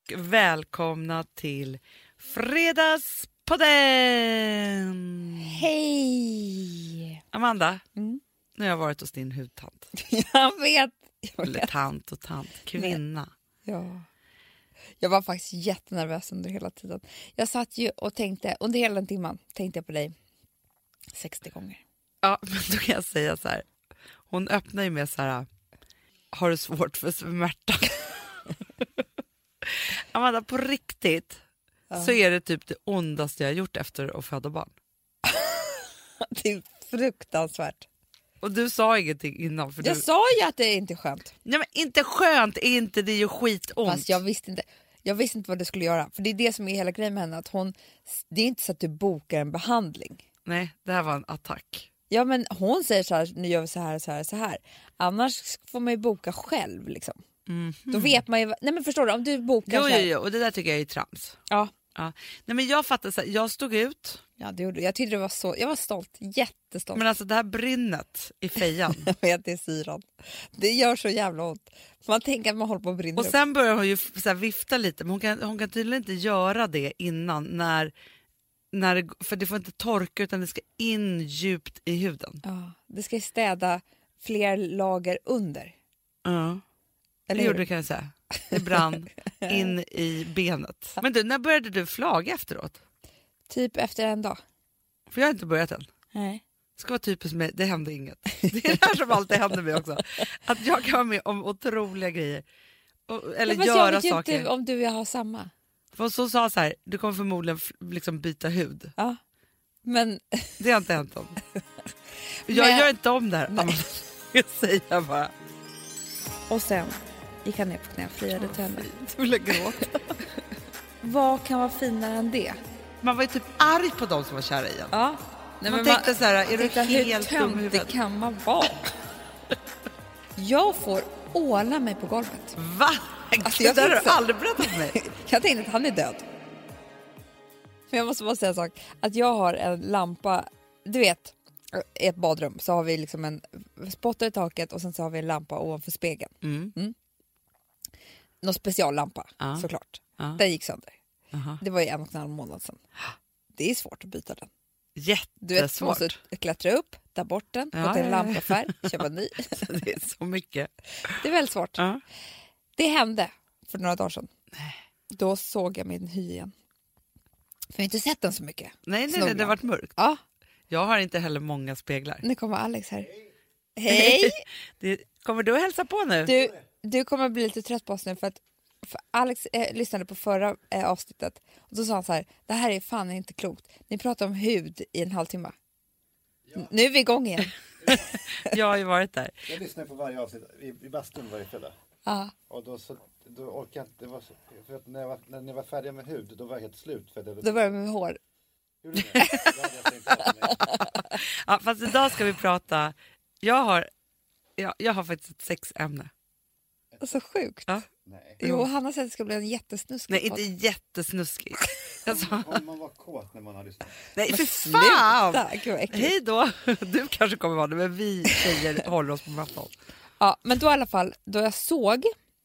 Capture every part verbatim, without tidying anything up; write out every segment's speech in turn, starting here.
och välkomna till Fredagspodden! Hej! Amanda, Mm. nu har jag varit hos din hudtant. Jag vet. Jag Eller vet. tant och tant, kvinna. Ja. Jag var faktiskt jättenervös under hela tiden. Jag satt ju och tänkte, under hela den timman tänkte jag på dig sextio gånger. Ja, men då kan jag säga så här. Hon öppnar ju med så här: har du svårt för smärta? Amanda, på riktigt Ja. så är det typ det ondaste jag har gjort efter att föda barn. Det är fruktansvärt. Och du sa ingenting innan. För Jag du... sa ju att det är inte skönt. Nej, men inte skönt är inte, det är ju skitont. Fast jag visste inte. Jag visste inte vad du skulle göra. För det är det som är hela grejen med henne. Att hon, det är inte så att du bokar en behandling. Nej, det här var en attack. Ja, men hon säger så här, nu gör vi så här, så här, så här. Annars får man ju boka själv liksom. Mm. Då vet man ju, nej men förstår du, om du bokar Jo, så jo, här. jo, och det där tycker jag är trams. Ja. Ja. Nej, men jag fattar så här, jag stod ut. Ja, det gjorde jag. Tyckte det var så, jag var stolt, jättestolt. Men alltså det här brinnet i fejan. Jag vet, det är syran. Det gör så jävla ont. Man tänker att man håller på att brinna Och sen börjar hon ju så här vifta lite, men hon kan, hon kan tydligen inte göra det innan när, när det, för det får inte torka utan det ska in djupt i huden. Ja, det ska städa fler lager under. Ja. Eller Det hur? gjorde det, kan jag säga. Det brann in i benet. Men du, när började du flaga efteråt? Typ efter en dag. För jag har inte börjat än. Nej. Det ska vara typiskt med, det hände inget. Det är det här som alltid händer mig också. Att jag kan vara med om otroliga grejer. Och, eller Ja, göra jag vet ju saker. inte om du och jag har samma. För så sa så här, du kommer förmodligen f- liksom byta hud. Ja. Men Det har inte hänt om. Jag Men- gör inte om det här. Nej. Jag säger bara. och sen gick han ner på knä, friade tänderna. Du vill gråta. Vad kan vara finare än det? Man var ju typ arg på de som var kära igen. Ja. Nej, Man tänkte så här, är du tänkte, helt hur dum i töntigt huvudet? kan man vara? Jag får åla mig på golvet. Va? Alltså, det jag där har du tänkte- aldrig berättat för mig. Jag tänkte att han är död. Men jag måste bara säga en sak. Att jag har en lampa, du vet, i ett badrum så har vi liksom en spottar i taket och sen så har vi en lampa ovanför spegeln. Mm. Någon speciallampa, Ja. såklart. Ja. Den gick sönder. Aha. Det var ju en och en halv månad sedan. Det är svårt att byta den. Du vet, man Jättesvårt. måste klättra upp, ta bort den, Ja, gå till en ja, ja. lampaffär, köpa en ny. Det är så mycket. Det är väldigt svårt. Ja. Det hände för några dagar sedan. Då såg jag min hy igen. För jag har inte sett den så mycket. Nej, nej, nej, Snogla. det har varit mörkt. Ja, Jag har inte heller många speglar. nu kommer Alex här. Hej! Det, kommer du att hälsa på nu? Du, du kommer bli lite trött på oss nu för att för Alex eh, lyssnade på förra eh, avsnittet och då sa han så här: det här är fan inte klokt. Ni pratar om hud i en halvtimme. N- Nu är vi igång igen. Jag har ju varit där. Jag lyssnar på varje avsnitt i, i bastun varje fredag. Ja. Och då, så, då orkar jag inte. Det var så, för att när, jag var, när ni var färdiga med hud, då var jag helt slut. För att jag, Då börjar vi med hår. Gjorde ni? Det hade jag tänkt på. Nej. Ja, fast idag ska vi prata. Jag har, jag, jag har faktiskt ett sexämne. Så sjukt. Ja. Nej. Jo, han har sett att det ska bli en jättesnuskig Nej, podd. inte jättesnuskigt. Alltså, Om man var kåt när man har lyssnat. nej, för Sluta, fan! gud vad äckligt. Hej då! Du kanske kommer vara det, men vi tjejer håller oss på mattan. Ja, men då i alla fall, då jag såg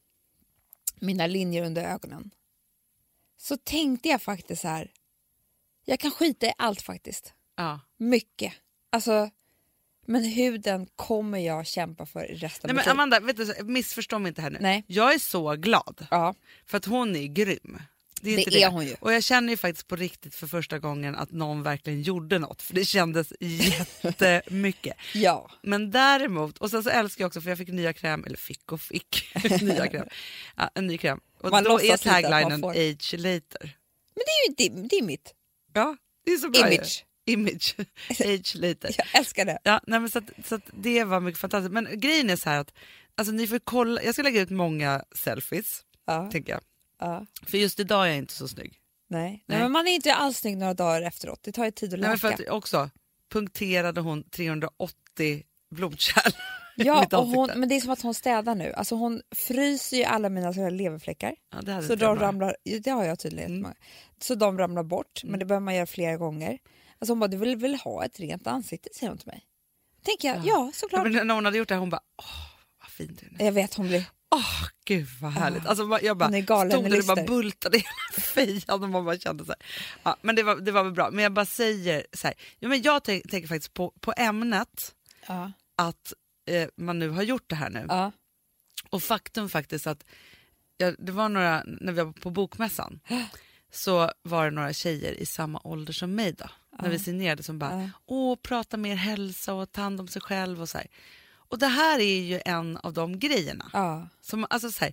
mina linjer under ögonen så tänkte jag faktiskt så här: jag kan skita i allt faktiskt. Ja. Mycket. Alltså, men huden kommer jag kämpa för i resten Nej, av men mitt liv. Amanda, vet du, missförstå mig inte här nu. Nej. Jag är så glad Ja, för att hon är grym. Det är, det inte är hon ju. Och jag känner ju faktiskt på riktigt för första gången att någon verkligen gjorde något. För det kändes jättemycket. Ja. Men däremot, och sen så älskar jag också för jag fick nya kräm, eller fick och fick nya kräm. Ja, en ny kräm. Och Man då låtsas är lite att man taglinen får. age later. Men det är ju det, det är mitt. Ja, det är så bra. Image. Image. Age later. Jag älskar det. Ja, nej, men så, att, så att det var mycket fantastiskt. Men grejen är så här att alltså, ni får kolla, jag ska lägga ut många selfies, Ja, tänker jag. ja. För just idag är jag inte så snygg. Nej. Nej, Nej. men man är inte alls snygg några dagar efteråt. Det tar ju tid att Nej, men för läka. att också punkterade hon trehundraåttio blodkärl. i Ja, mitt och hon, ansikte. men det är som att hon städar nu. Alltså hon fryser ju alla mina så här leverfläckar. Ja, det hade Så inte de jag bara. ramlar, det har jag tydligen Mm. mm. Så de ramlar bort, men det behöver man göra flera gånger. Alltså hon bara, du vill väl ha ett rent ansikte, säger hon till mig. Tänker jag, ja, Ja, såklart. men när hon hade gjort det här, hon bara, åh, vad fint du är nu. Jag vet, hon blir... Åh, gud vad härligt. Alltså, man- jag bara Hon är galen stod där och Lister. bara bultade hela fejan och man bara kände så här. Ja, men det var, det var väl bra. Men jag bara säger så här. Ja, men jag tänk, tänker faktiskt på, på ämnet Ja. att eh, man nu har gjort det här nu. Ja. Och faktum faktiskt att ja, det var några, när vi var på bokmässan så var det några tjejer i samma ålder som mig då. När vi signerade som bara, Ja. åh, prata mer hälsa och ta hand om sig själv och så här. Och det här är ju en av de grejerna. Ja. Som, alltså så här,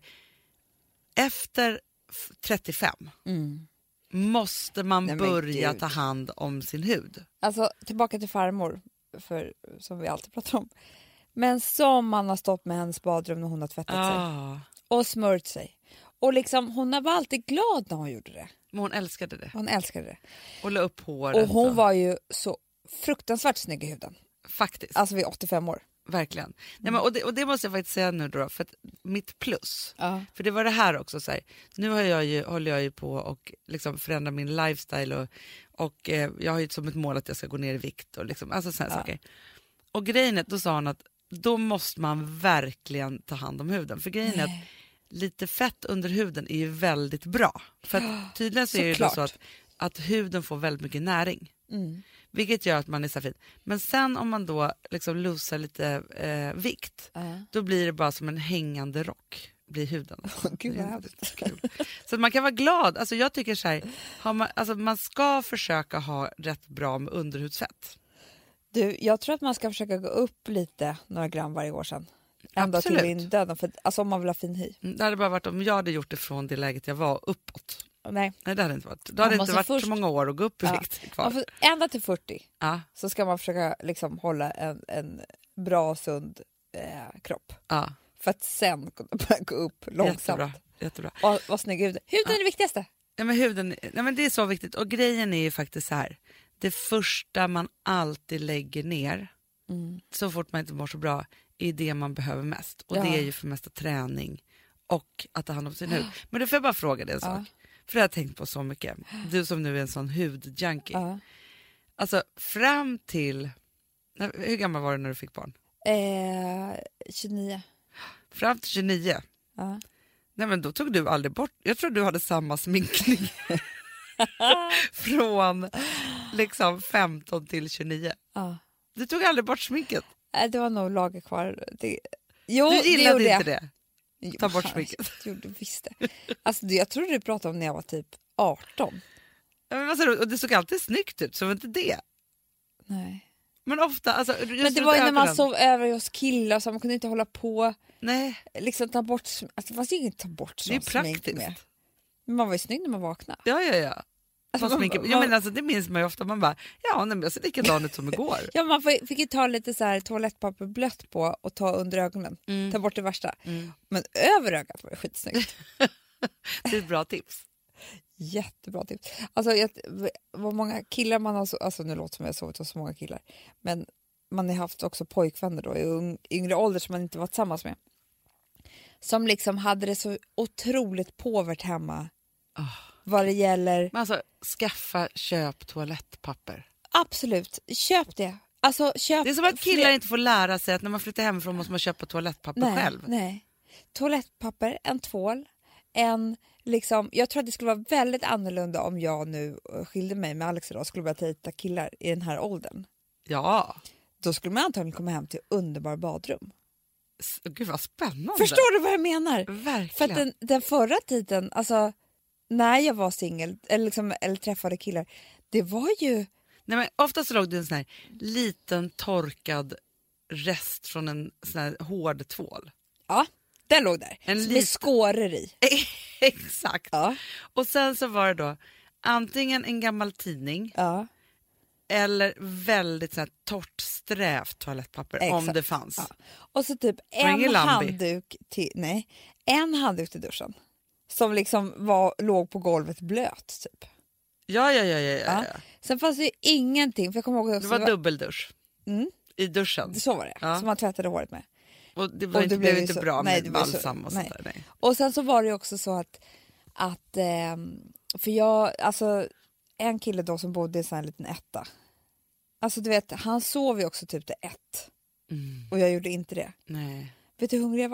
efter f- trettiofem Mm. måste man Nej, men börja gud. ta hand om sin hud. Alltså tillbaka till farmor, för, som vi alltid pratar om. Men som man har stått med hennes badrum när hon har tvättat sig. Ah, Och smört sig. Och liksom, hon var alltid glad när hon gjorde det. men hon älskade det. Hon älskade det. Och la upp håret. Och hon var ju så fruktansvärt snygg i huden. Faktiskt. Alltså vid åttiofem år. Verkligen. Nej, men, och, det, och det måste jag faktiskt säga nu då, för att mitt plus, Ja. för det var det här också så här, nu har jag ju, håller jag ju på och liksom förändra min lifestyle och, och eh, jag har ju som ett mål att jag ska gå ner i vikt och liksom, alltså såna här Ja. saker. Och grejen är, då sa hon att då måste man verkligen ta hand om huden, för grejen är att Nej. lite fett under huden är ju väldigt bra, för att tydligen så är det då Såklart. så att, att huden får väldigt mycket näring. Mm. Vilket gör att man är så här fin. Men sen om man då liksom losar lite eh, vikt, Ja. då blir det bara som en hängande rock, blir huden. Gud Det vad är hemskt. inte kul. Så att man kan vara glad. Alltså jag tycker så här, har man, alltså man ska försöka ha rätt bra med underhudsfett. Du, jag tror att man ska försöka gå upp lite några gram varje år sedan. Ända Absolut. till in döden. För, alltså om man vill ha fin hy. Mm, Det hade bara varit om jag hade gjort det från det läget jag var uppåt. Nej. Nej, det hade inte varit. Då hade det Man inte måste varit först- så många år att gå upp i Ja. vikt kvar. Man får, ända till fyrtio Ja, så ska man försöka liksom hålla en, en bra, sund eh, kropp. ja. För att sen kunna börja gå upp långsamt. Jättebra. Jättebra. Och vara snygg i huden. Huden är det viktigaste. Ja, men huden, nej, men det är så viktigt. Och grejen är ju faktiskt så här. Det första man alltid lägger ner Mm. så fort man inte mår så bra är det man behöver mest. Och Ja. det är ju för mesta träning och att ta hand om sin hud. Men då får jag bara fråga dig en Ja. sak. För det har jag tänkt på så mycket. Du som nu är en sån hudjunkie. Ja. Alltså fram till... när- Hur gammal var du när du fick barn? Eh, tjugonio. Fram till tjugonio. Ja. Nej, men då tog du aldrig bort... Jag tror du hade samma sminkning. Från liksom femton till tjugonio. Ja. Du tog aldrig bort sminket. Eh, Det var nog lager kvar. Det... Jo, Du det gillade gjorde inte jag. det. Jo, Ta bort fan, sminket. Jag gjorde visst det. Alltså, du- jag trodde du pratade om när jag var typ arton. Ja, men vad sa du? Och det såg alltid snyggt ut, så var inte det. Nej. Men ofta, alltså, just Men det runt var ju när man ögonen. sov över hos killar så man kunde inte hålla på Nej, liksom ta bort sm- alltså, det fanns ju inget ta bort det är sån smink praktiskt. med. Men man var ju snygg när man vaknade. Ja, ja, ja. Alltså, Fast man- sminket- man- jag menar, alltså, det minns man ju ofta. Man bara, ja, nej, men jag ser likadan ut som igår. Ja, man fick fick ju ta lite så här toalettpapper blött på och ta under ögonen. Mm. Ta bort det värsta. Mm. Men över ögat var det skitsnyggt. Det är ett bra tips. Jättebra tips. Alltså jag, vad många killar man har, so- alltså nu låter det som jag har sovit hos så många killar, men man har haft också pojkvänner då i ung, yngre ålder som man inte var tillsammans med. Som liksom hade det så otroligt påvert hemma Oh. vad det gäller. Men alltså, skaffa, köp toalettpapper. Absolut, köp det. Alltså köp Det är som att killar fler- inte får lära sig att när man flyttar hemifrån måste man köpa toalettpapper nej, själv. Nej. Toalettpapper, en tvål, en liksom, jag tror att det skulle vara väldigt annorlunda om jag nu eh, skilde mig med Alex idag och skulle börja dejta killar i den här åldern. Ja, Då skulle man antagligen komma hem till underbar badrum. S- gud vad spännande. Förstår du vad jag menar? För Verkligen. att den, den förra tiden, alltså när jag var singel eller, liksom, eller träffade killar, det var ju... Nej, men ofta så låg det en sån här liten torkad rest från en sån här hård tvål. Ja, den låg där. En Med lit- skåror i. Exakt. Ja, Och sen så var det då antingen en gammal tidning ja, eller väldigt så här torrt strävt toalettpapper om Exakt. det fanns. ja. Och så typ var ingen en Lambi. handduk till, nej, en handduk till duschen. Som liksom var, låg på golvet blöt typ. Ja, ja, ja, ja, ja, Ja. ja. Sen fanns det ju ingenting, för jag kommer ihåg också, Det var dubbeldusch mm, i duschen. så var det, Ja. som man tvättade håret med. Och det, var Och inte, det blev blev ju inte så- bra nej, med det blev så- balsam och nej. sånt där. Nej. Och sen så var det ju också så att, att ehm, för jag, alltså en kille då som bodde i en sån här liten etta. Alltså du vet, han sov ju också typ till ett. Mm, Och jag gjorde inte det. nej. Vet du hur hungrig jag var?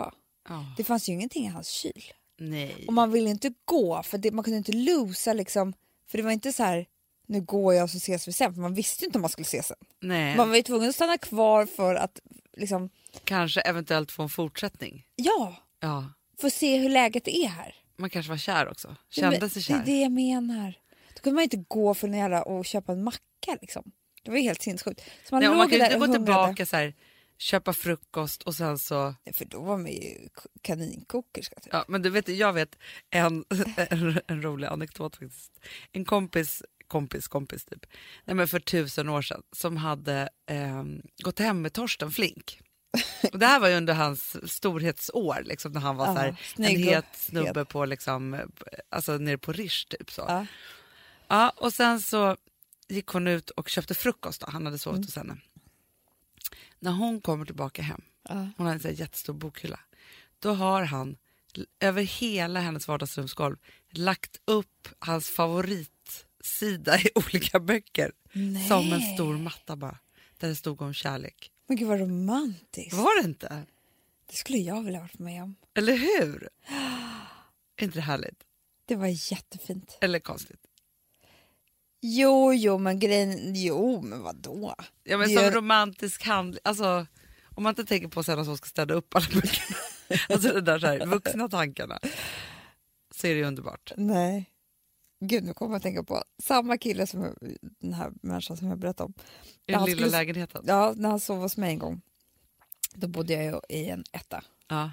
Ja. Det fanns ju ingenting i hans kyl. Nej. Och man ville inte gå, för det, man kunde inte losa liksom. För det var inte så här, nu går jag och så ses vi sen. För man visste ju inte om man skulle ses sen. Nej. Man var ju tvungen att stanna kvar för att liksom... Kanske eventuellt få en fortsättning. Ja, Ja. för se hur läget är här. Man kanske var kär också. Kände sig kär. Det är det jag menar. Då kunde man inte gå för nära och köpa en macka liksom. Det var ju helt sinnessjukt. Så man Nej, låg man kan där inte och gå hungrade. tillbaka så här, köpa frukost och sen så... Nej, för då var man ju kaninkokerska. Typ. Ja, men du vet, jag vet en, en, en rolig anekdot faktiskt. En kompis, kompis, kompis typ. Nej, men för tusen år sedan som hade eh, gått hem med Torsten Flink. Och det här var ju under hans storhetsår liksom, när han var Ja, så här, en snygg och het snubbe het. på liksom, alltså nere på Rish typ så. Ja. Ja, och sen så gick hon ut och köpte frukost då. Han hade sovit Mm. hos henne. När hon kommer tillbaka hem, Ja. hon har en sån här jättestor bokhylla. Då har han l- över hela hennes vardagsrumsgolv lagt upp hans favoritsida i olika böcker. Nej. Som en stor matta bara. Där det stod om kärlek. Men gud vad romantiskt. Var det inte? Det skulle jag vilja ha varit med om. Eller hur? Är inte det härligt? Det var jättefint. Eller konstigt? Jo, jo, men grejen... Jo, men vadå? Ja, men Det som gör- romantisk handling. Alltså, om man inte tänker på sen som ska städa upp alla böckerna. Alltså det där så här, vuxna tankarna. Så är det ju underbart. Nej. Gud, nu kommer jag att tänka på samma kille som jag, den här människan som jag berättade om. I När den han lilla skulle- lägenheten. Ja, när han sov hos mig en gång. Då bodde jag ju i en etta. Ja.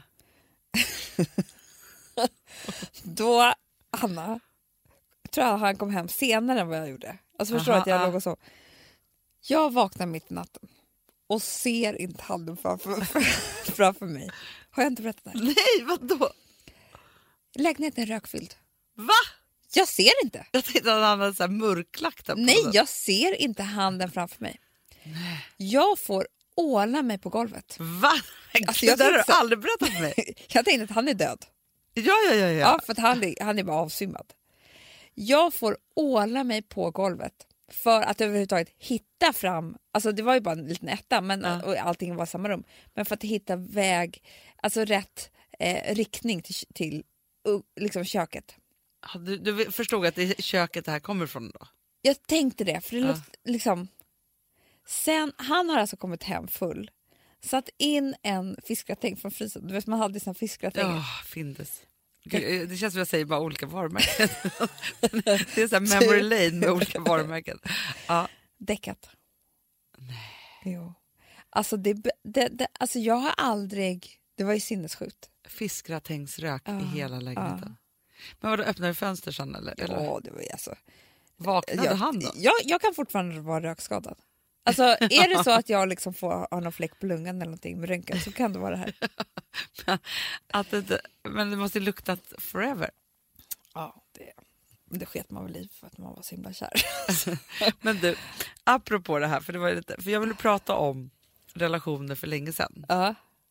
Då, Anna, tror jag han kom hem senare än vad jag gjorde. Alltså förstår Aha, att jag ja. låg och så. Jag vaknar mitt i natten och ser inte handen framför, framför mig. Har jag inte berättat det här? Nej, vadå? Lägenheten är rökfylld. Va? Jag ser inte. Jag tänkte att han hade så här mörklagt den på Nej, den. jag ser inte handen framför mig. Jag får åla mig på golvet. Va? Alltså, det jag där har du tänkte- aldrig berättat för mig. Jag tänkte att han är död. Ja, ja, ja. Ja, ja. för att han, är- han är bara avsvimmad. Jag får åla mig på golvet för att överhuvudtaget hitta fram. Alltså det var ju bara en liten etta, men Ja. och allting var i samma rum. Men för att hitta väg, alltså rätt eh, riktning till, till uh, liksom köket. Ja, Du, du förstod att det är köket det här kommer ifrån då? Jag tänkte det, för det Ja. låter liksom... Sen, han har alltså kommit hem full, satt in en fiskgratäng från frysen. Du vet, man hade såna fiskgratänger. Ja, Findes. Gud, det känns som jag säger bara olika varumärken. Det är så här memory lane med olika varumärken. Ja. Däckat. Nej. Jo. Alltså, det, det, det, alltså jag har aldrig... Det var ju sinnessjukt. Fiskgratängsrök Ja, i hela lägenheten. Men vadå, öppnade du fönster sen eller? eller? Ja, det var ju alltså... Vaknade Jag, han då? jag, jag kan fortfarande vara rökskadad. Alltså är det så att jag liksom får ha någon fläck på lungan eller någonting med röntgen så kan det vara det här. Att det, inte- men det måste ju luktat forever. Ja, det, men det sket man väl i för att man var så himla kär. Men du, apropå det här, för, det var ju lite, för jag ville prata om relationer för länge sedan. Ja.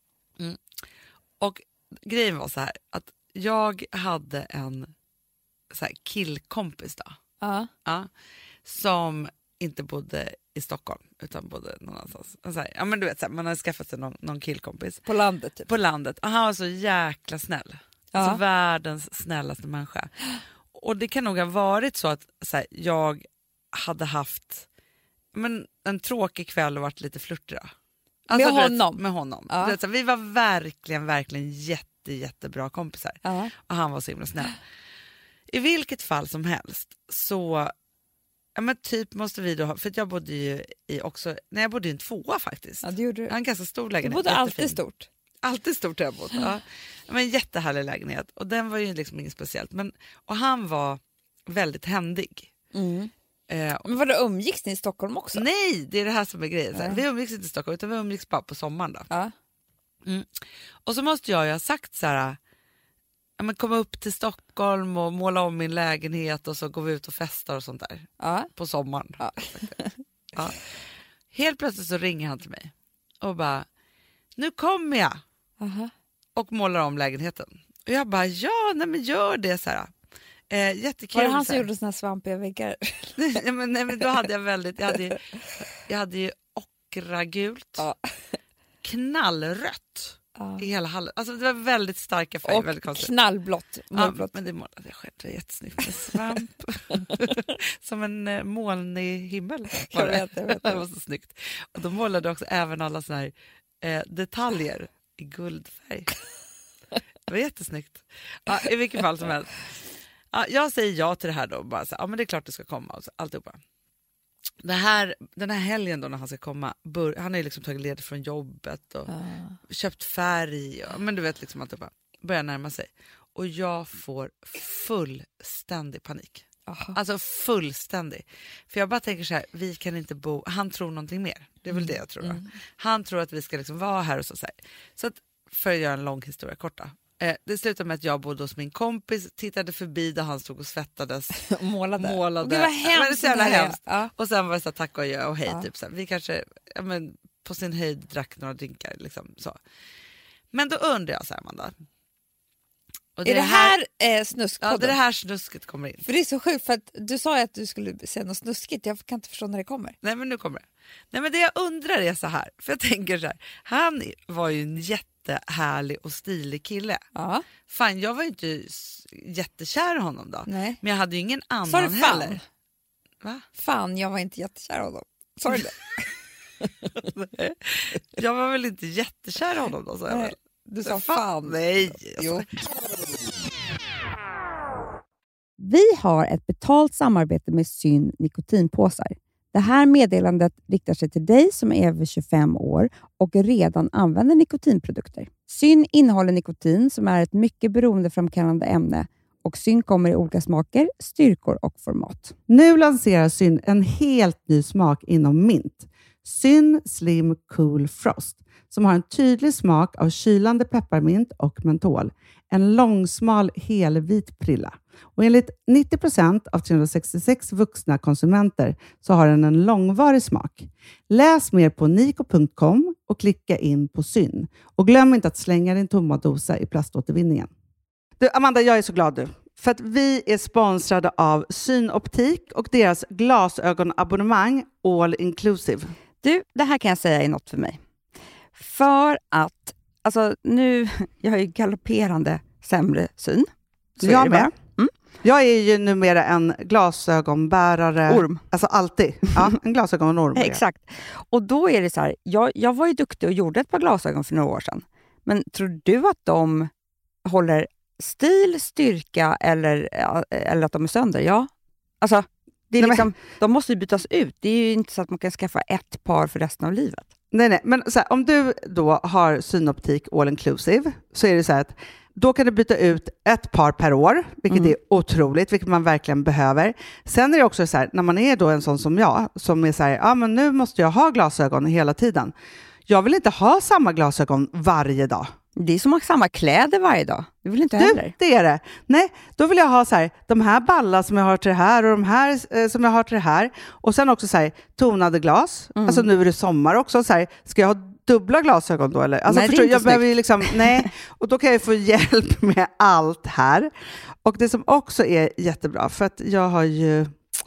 Och grejen var så här, att jag hade en så här killkompis då. Ja. Ja, som inte bodde i Stockholm utan bodde någon annanstans. Så här, ja, men du vet, så här, man hade skaffat sig någon, någon killkompis På landet typ. på landet. Och han var så jäkla snäll. Ja. Alltså världens snällaste människa. Och det kan nog ha varit så att så här, jag hade haft men, en tråkig kväll och varit lite flörtig då. Alltså, Med du vet, honom? med honom. Ja. Du vet, så här, vi var verkligen, verkligen jätte, jättebra kompisar. Ja. Och han var så himla snäll. I vilket fall som helst så ja, men typ måste vi då ha, för att jag bodde ju i också, nej jag bodde i en tvåa faktiskt. Ja, det gjorde Jag du. har en ganska stor Du lägenhet. bodde alltid jättefin. stort. Alltid stort har jag bott. Ja. Ja, men en jättehärlig lägenhet. Och den var ju liksom inget speciellt. Men, och han var väldigt händig. Mm. Eh, Men vadå, umgicks ni i Stockholm också? nej, det är det här som är grejen. Så här, Nej. vi umgicks inte i Stockholm utan vi umgicks bara på sommaren då. Ja. Och så måste jag ju ha sagt så här, ja, men komma upp till Stockholm och måla om min lägenhet och så går vi ut och festar och sånt där. Ja. På sommaren. Ja. Ja. Helt plötsligt så ringer han till mig och bara, nu kommer jag Aha. och målar om lägenheten. Och jag bara, ja, nej men gör det så här. Eh, jättekul. Var det han så som här. gjorde såna här svampiga väggar? nej, men, nej men då hade jag väldigt, jag hade ju, jag hade ju ockragult, Ja. knallrött Ja. i hela hallen. Alltså det var väldigt starka färger. Och väldigt konstigt. knallblått. Ja, men det målade jag själv. Det är jättesnyggt med svamp. Som en eh, molnig himmel. Jag vet, jag vet. Det var så snyggt. Och de målade också även alla såna här eh, detaljer i guldfärg. Det var jättesnyggt. Ja, i vilket fall som helst. Ja, jag säger ja till det här då. Bara så, ja, men det är klart det ska komma. Och så, alltihopa. Det här, den här helgen då när han ska komma, bör, han har ju liksom tagit led från jobbet och Ah. köpt färg. Och, men du vet liksom att det bara börjar närma sig. Och jag får fullständig panik. Aha. Alltså fullständig. För jag bara tänker så här, vi kan inte bo, han tror någonting mer. Det är väl det jag tror. Mm. Han tror att vi ska liksom vara här och så. Så, här. Så att, för att göra en lång historia korta. Eh, det slutade med att jag bodde hos min kompis, tittade förbi där han stod och svettades. målade. målade. Det var hemskt. Men det är så jävla hemskt. Ja. Och sen var det så här, tack och adjö och hej. Ja. Typ, så här. Vi kanske ja, men, på sin höjd drack några drinkar. Liksom, så. Men då undrar jag så här, Amanda. Och är det här, här eh, snuskpodden? Ja, det är det här snusket kommer in. För det är så sjukt, för att du sa ju att du skulle säga något snuskigt. Jag kan inte förstå när det kommer. Nej, men nu kommer det. Nej, men det jag undrar är så här. För jag tänker så här. Han var ju en jättehärlig och stilig kille. Ja. Fan, jag var ju inte jättekär i honom då. Nej. Men jag hade ju ingen annan Sa du fan? heller. Va? Fan, jag var inte jättekär i honom. Sa du det? Jag var väl inte jättekär i honom då, sa jag Nej. väl. Du sa fan. Nej. Jo. Vi har ett betalt samarbete med Syn nikotinpåsar. Det här meddelandet riktar sig till dig som är över tjugofem år och redan använder nikotinprodukter. Syn innehåller nikotin som är ett mycket beroendeframkallande ämne och Syn kommer i olika smaker, styrkor och format. Nu lanserar Syn en helt ny smak inom mint. Syn Slim Cool Frost som har en tydlig smak av kylande pepparmint och mentol. En långsmal helvit prilla. Och enligt nittio procent av trehundrasextiosex vuxna konsumenter så har den en långvarig smak. Läs mer på niko punkt com och klicka in på Syn. Och glöm inte att slänga din tomma dosa i plaståtervinningen. Du, Amanda, jag är så glad du. För att vi är sponsrade av Synoptik och deras glasögonabonnemang All Inclusive. Du, det här kan jag säga är något för mig. För att, alltså nu, jag har ju galopperande sämre syn. Så Jag är det med. bara. Mm. Jag är ju numera en glasögonbärare. Orm. Alltså alltid. Ja, en glasögonorm. Exakt. Och då är det så här, jag, jag var ju duktig och gjorde ett par glasögon för några år sedan. Men tror du att de håller stil, styrka eller, eller att de är sönder? Ja. Alltså, det är Nej, liksom, men... de måste ju bytas ut. Det är ju inte så att man kan skaffa ett par för resten av livet. Nej, nej. Men så här, om du då har Synoptik All Inclusive så är det så här att då kan du byta ut ett par per år, vilket mm. är otroligt, vilket man verkligen behöver. Sen är det också så här, när man är då en sån som jag, som är så här, ja men nu måste jag ha glasögon hela tiden. Jag vill inte ha samma glasögon varje dag. Det är som att ha samma kläder varje dag. Det vill inte heller. Du, det är det. Nej, då vill jag ha så här, de här ballar som jag har till det här och de här eh, som jag har till det här. Och sen också så här, tonade glas. Mm. Alltså nu är det sommar också. Så här, ska jag ha dubbla glasögon då? Eller? Alltså, nej, förstår, det är inte jag behöver ju liksom, nej. Och då kan jag få hjälp med allt här. Och det som också är jättebra, för att jag har ju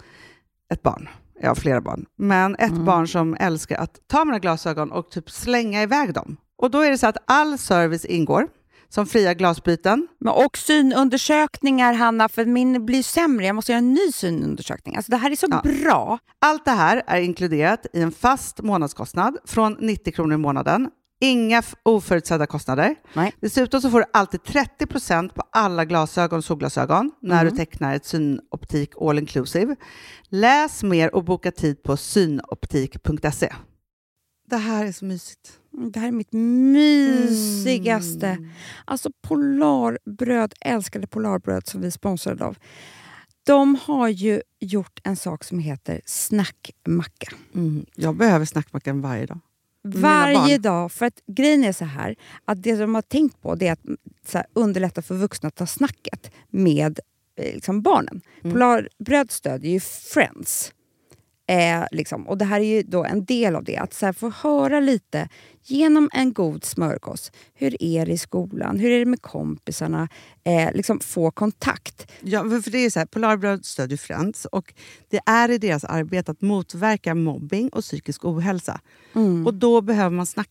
ett barn. Jag har flera barn. Men ett mm. barn som älskar att ta mina glasögon och typ slänga iväg dem. Och då är det så att all service ingår. Som fria glasbyten. Men och synundersökningar, Hanna, för min blir sämre. Jag måste göra en ny synundersökning. Alltså det här är så ja. bra. Allt det här är inkluderat i en fast månadskostnad från nittio kronor i månaden. Inga oförutsedda kostnader. Nej. Dessutom så får du alltid trettio procent på alla glasögon och solglasögon när mm. du tecknar ett Synoptik All Inclusive. Läs mer och boka tid på synoptik punkt se. Det här är så mysigt. Det här är mitt mysigaste. Mm. Alltså Polarbröd, älskade Polarbröd som vi sponsrade av. De har ju gjort en sak som heter snackmacka. Mm. Jag behöver snackmackan varje dag. Varje dag. För att grejen är så här. Att det de har tänkt på det är att så här, underlätta för vuxna att ta snacket med eh, liksom barnen. Mm. Polarbröd stödjer ju Friends. Eh, liksom. Och det här är ju då en del av det. Att så här, få höra lite genom en god smörgås. Hur är det i skolan? Hur är det med kompisarna? Eh, liksom få kontakt. Ja, för det är så här, Polarbröd stödjer Friends. Och det är i deras arbete att motverka mobbing och psykisk ohälsa. Mm. Och då behöver man snacka.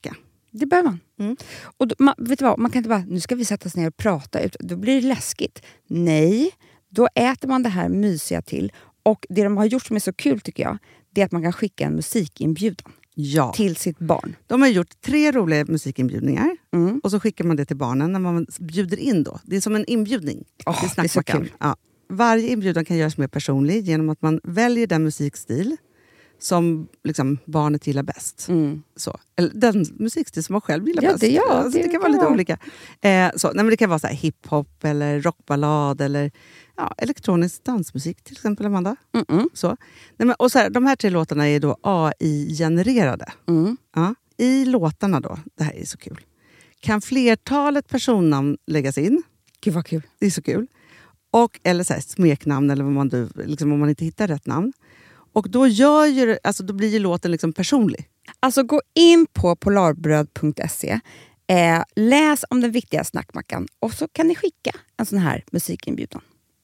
Det behöver man. Mm. Och då, man, vet du vad, man kan inte bara, nu ska vi sätta oss ner och prata ut. Då blir det läskigt. Nej, då äter man det här mysiga till. Och det de har gjort som är så kul tycker jag, det är att man kan skicka en musikinbjudan Ja. till sitt barn. De har gjort tre roliga musikinbjudningar. Mm. Och så skickar man det till barnen när man bjuder in då. Det är som en inbjudning. Oh, till det är så Snackmackan. kul. Ja. Varje inbjudan kan göras mer personlig genom att man väljer den musikstil som liksom barnet gillar bäst. Mm. Så. Eller den musikstil som man själv gillar Ja, bäst. det- ja, alltså, det, det kan vara kan lite vara. olika. Eh, så. Nej, men det kan vara så här hiphop eller rockballad eller ja, elektronisk dansmusik till exempel, Amanda. Mm-mm. Så. Nej, men, och så här, de här tre låtarna är då A I-genererade. Mm. Ja. I låtarna då, det här är så kul, kan flertalet personnamn läggas in. Gud vad kul. Det är så kul. Och, eller så här, smeknamn, eller vad man, du, liksom, om man inte hittar rätt namn. Och då, gör ju, det- alltså, då blir ju låten liksom personlig. Alltså gå in på polarbröd punkt se, eh, läs om den viktiga snackmackan och så kan ni skicka en sån här musikinbjudan.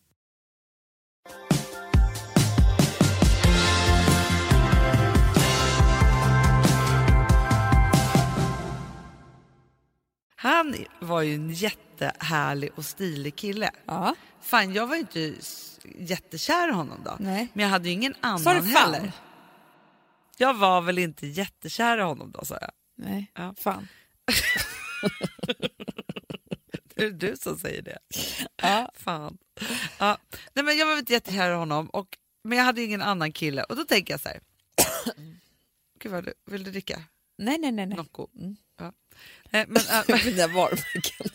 Han var ju en jättehärlig och stilig kille. Ja. Fan, jag var ju inte s- jättekär i honom då. Nej. Men jag hade ju ingen annan Sa du fan? heller. Jag var väl inte jättekär i honom då, sa jag. Nej, Ja. fan. Det är du som säger det. Ja. Fan. Ja. Nej, men jag var inte jättekär i honom, och, men jag hade ingen annan kille. Och då tänker jag så här. Gud, vad du, vill du dricka? Nej, nej, nej. nej. Nocco? Mm. Ja. Nej, men, äh, Den där varumärken.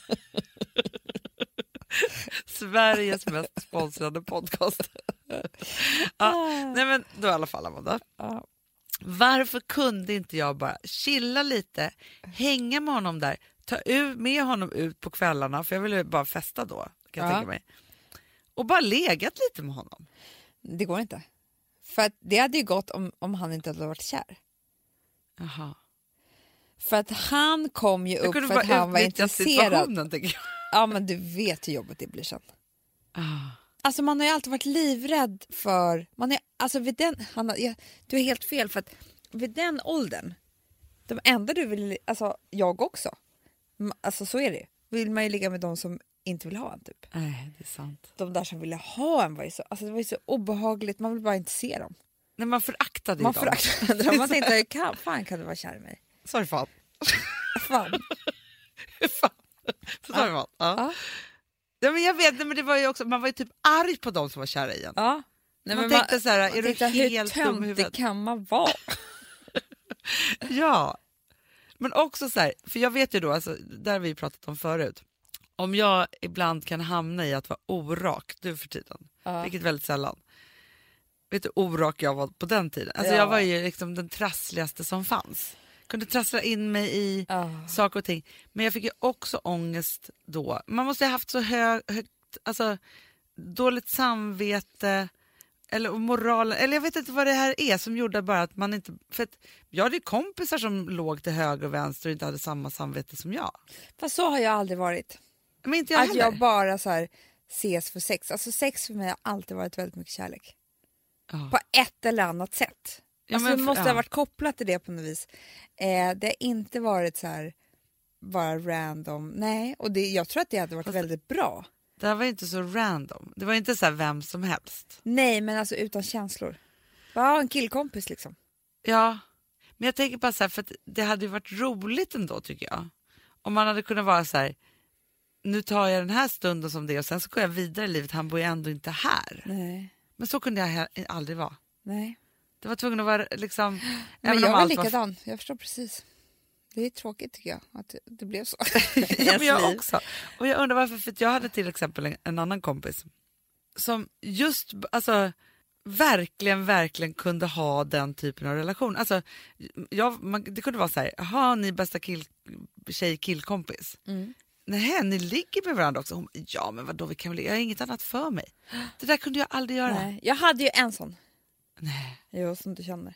Sveriges mest sponsrade podcast. Ja, nej, men då i alla fall, Amanda. Ja. Varför kunde inte jag bara chilla lite, hänga med honom där, ta ut, med honom ut på kvällarna, för jag ville bara festa då, kan jag Ja. tänka mig. Och bara legat lite med honom. Det går inte. För att det hade ju gått om, om han inte hade varit kär. Jaha. För att han kom ju Jag upp kunde för att bara han var utnyttja intresserad. situationen, tänker jag. Ja, men du vet hur jobbigt det blir sen. Ah. Alltså man har ju alltid varit livrädd för... Man är, alltså vid den, han, ja, du är helt fel, för att vid den åldern, de enda du vill... Alltså jag också. M- Alltså så är det. Vill man ju ligga med de som inte vill ha en typ. Nej, det är sant. De där som ville ha en var ju så, alltså det var ju så obehagligt. Man vill bara inte se dem. Nej, man föraktade ju Man dem. föraktade dem. Man tänkte, kan, fan kan du vara kär i mig? Sorry, fan. Fan. fan. Så sa jag, fan. Ja. Ja. Ja, men jag vet, nej, men det var ju också, man var ju typ arg på dem som var kära i en. Ja. Nej, Man men tänkte så här, är man du tänkte, helt hur dum i töntig huvudet? kan man vara? Ja, men också så här, för jag vet ju då, alltså, där har vi pratat om förut, om jag ibland kan hamna i att vara orak du för tiden, Ja. vilket väldigt sällan. Vet du hur orak jag var på den tiden? Alltså Ja. jag var ju liksom den trassligaste som fanns. Kunde trassla in mig i Ja. saker och ting. Men jag fick ju också ångest då. Man måste ha haft så hög, högt, alltså dåligt samvete eller moral, eller jag vet inte vad det här är som gjorde bara att man inte, för att jag hade ju kompisar som låg till höger och vänster och inte hade samma samvete som jag. Fast så har jag aldrig varit. Men inte jag Att heller. jag bara så här ses för sex. Alltså sex för mig har alltid varit väldigt mycket kärlek. Ja. På ett eller annat sätt. Ja, Alltså men det för- måste ja. ha varit kopplat till det på något vis. Eh, det har inte varit så här bara random. Nej, och det, jag tror att det hade varit Fast- väldigt bra. Det här var inte så random. Det var inte så här vem som helst. Nej, men alltså utan känslor. Ja, en killkompis liksom. Ja, men jag tänker bara så här, för att det hade ju varit roligt ändå tycker jag. Om man hade kunnat vara så här, nu tar jag den här stunden som det och sen så går jag vidare i livet, han bor ju ändå inte här. Nej, Men så kunde jag he- aldrig vara. nej. Det var tvungen att vara liksom... Men även jag om var allt var- likadan. Jag förstår precis. Det är tråkigt tycker jag att det, det blev så. Ja, men jag också. Och jag undrar varför, för att jag hade till exempel en, en annan kompis som just, alltså verkligen, verkligen kunde ha den typen av relation. Alltså, jag, man, det kunde vara så här, jaha, ni är bästa kill, tjej-killkompis. Mm. Nej, ni ligger med varandra också. Hon, ja, men vadå, vi kan väl, jag har inget annat för mig. Det där kunde jag aldrig göra. Nej, jag hade ju en sån. Nej. Jo, som du känner.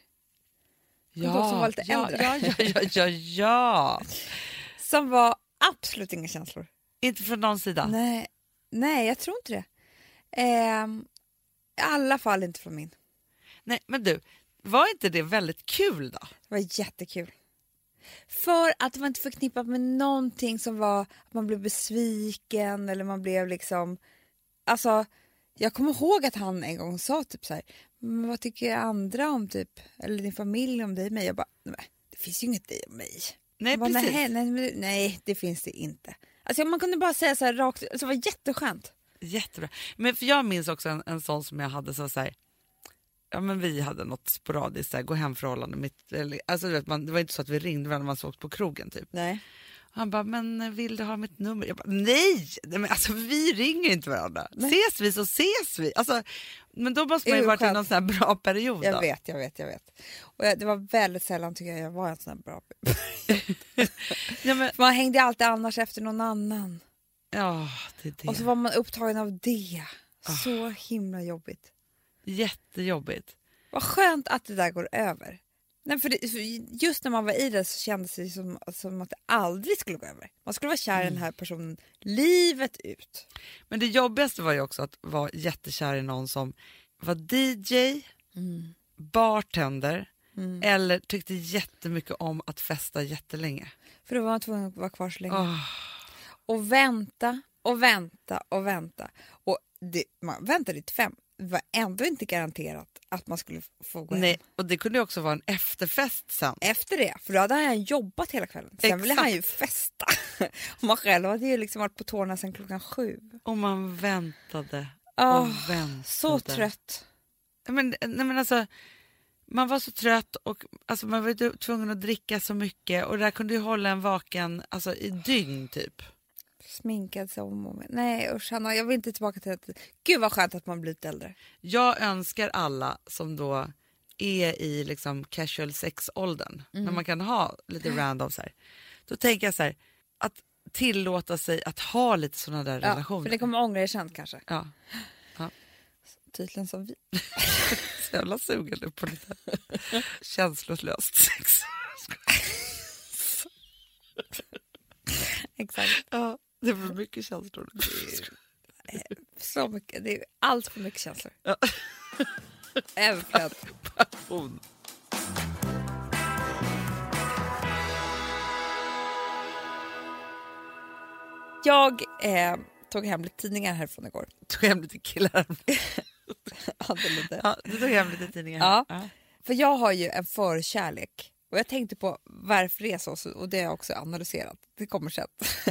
Ja, de som var lite ja, äldre. ja, ja, ja, ja, ja. Som var absolut inga känslor. Inte från någon sida. Nej, nej, jag tror inte det. Ehm, I alla fall inte från min. Nej, men du, var inte det väldigt kul då? Det var jättekul. För att det var inte förknippat med någonting som var att man blev besviken eller man blev liksom... Alltså, jag kommer ihåg att han en gång sa typ så här, men vad tycker andra om typ, eller din familj om dig och mig? Jag bara, nej, det finns ju inget dig och mig. Nej, bara, precis. Nej, nej, nej, det finns det inte. Alltså man kunde bara säga så här rakt, alltså, det var jätteskönt. Jättebra. Men för jag minns också en, en sån som jag hade så, så här, ja men vi hade något sporadiskt så här, gå hem förhållande mitt, eller, alltså du vet, man, det var inte så att vi ringde varandra när man såg på krogen typ. Nej. Han bara, men vill du ha mitt nummer? Jag bara, nej! nej men alltså vi ringer inte varandra. Nej. Ses vi så ses vi. Alltså, men då måste man ju varit i någon sån här bra period. Jag då. vet, jag vet, jag vet. Och jag, det var väldigt sällan tycker jag jag var en sån här bra ja, men, man hängde alltid annars efter någon annan. Ja, det är det. Och så var man upptagen av det. Oh. Så himla jobbigt. Jättejobbigt. Vad skönt att det där går över. Nej, för, det, för just när man var i det så kändes det som, som att det aldrig skulle gå över. Man skulle vara kär i mm. den här personen livet ut. Men det jobbigaste var ju också att vara jättekär i någon som var D J, mm. bartender mm. eller tyckte jättemycket om att festa jättelänge. För då var man tvungen att vara kvar så länge. Oh. Och vänta och vänta och vänta. Och det, man väntade till fem. Det var ändå inte garanterat att man skulle få gå hem. Nej, och det kunde ju också vara en efterfest sen. Efter det, för då hade han jobbat hela kvällen. Sen Exakt. ville han ju festa. Och man själv hade ju liksom varit på tårna sen klockan sju. Och man väntade oh, och väntade. Så trött. Men, nej men alltså, man var så trött och alltså, man var tvungen att dricka så mycket. Och det där kunde ju hålla en vaken alltså, i dygn typ. Sminkad som nej usch Hanna, jag vill inte tillbaka till det. Gud vad skönt att man blir lite äldre. Jag önskar alla som då är i liksom casual sex-åldern mm. när man kan ha lite random så här. Då tänker jag så här, att tillåta sig att ha lite sådana där ja, relationer. För det kommer ångra er sen kanske. Ja. ja. Tydligen som vi. Så jävla sugen nu på lite känslolöst sex. Exakt. Ja. Det är för mycket känslor. Det är så mycket. Det är allt för mycket känslor. Ja. Överflöd. Passion. Jag eh, tog hem lite tidningar härifrån igår. Tog hem lite killar. Hade lite. Ja, du tog hem lite tidningar. Ja. Ja. För jag har ju en förkärlek. Och jag tänkte på varför det är så, och det har jag också analyserat. Det kommer sen.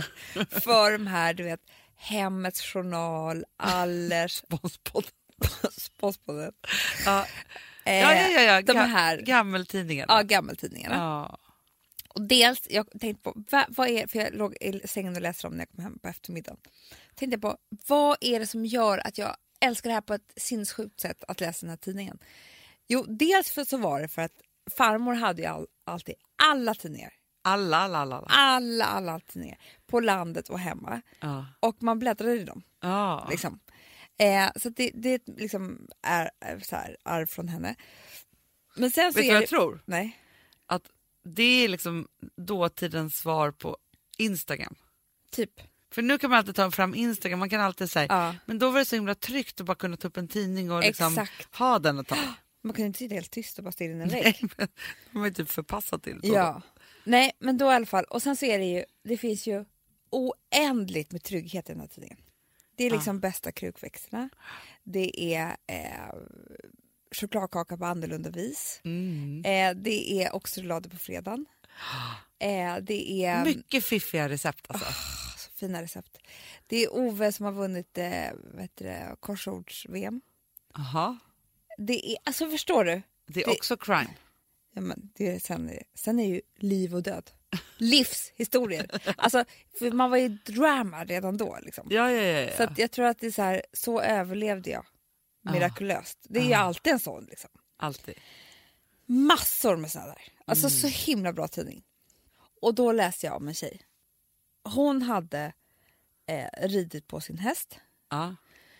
För de här, du vet, Hemmets Journal, Allers... Spånspodden. Spånspodden. Ja. Eh, ja, ja, ja, ja. De här... Gammeltidningarna. Ja, gammeltidningarna. Ja. Och dels, jag tänkte på, vad, vad är, för jag låg i sängen och läste om när jag kom hem på eftermiddagen. Tänkte på, vad är det som gör att jag älskar det här på ett sinnessjukt sätt att läsa den här tidningen? Jo, dels för så var det för att farmor hade ju all, alltid alla tidningar. Alla, alla, alla. Alla, alla tidningar. På landet och hemma. Ja. Och man bläddrade i dem. Ja. Liksom. Eh, så det, det liksom är, är så här, arv från henne. Men sen så Vet du är vad det... jag tror? Nej. Att det är liksom dåtidens svar på Instagram. Typ. För nu kan man alltid ta fram Instagram, man kan alltid säga, ja. men då var det så himla tryggt att bara kunna ta upp en tidning och liksom Exakt. ha den ett tag. Man kan ju inte sitta helt tyst och bara stirra in en vägg. Nej, men man är typ förpassad till det. Ja. Nej, men då i alla fall. Och sen så är det ju, det finns ju oändligt med trygghet i den här tidningen. Det är liksom ja. bästa krukväxterna. Det är eh, chokladkaka på annorlunda vis. Mm. Eh, det är oxtrulader på fredagen. Eh, det är... Mycket fiffiga recept alltså. Oh, så fina recept. Det är Ove som har vunnit eh, korsords-V M. Aha. Det är, alltså förstår du? Det är det, också crime. Ja, men det är, sen, är, sen är ju liv och död. Livshistorier. Alltså, för man var ju drama redan då. Liksom. Ja, ja, ja, ja. Så att jag tror att det är så här, så överlevde jag. Mirakulöst. Det är ju alltid en sån. Liksom. Alltid. Massor med sådana där. Alltså Mm. så himla bra tidning. Och då läste jag om en tjej. Hon hade eh, ridit på sin häst. Ja.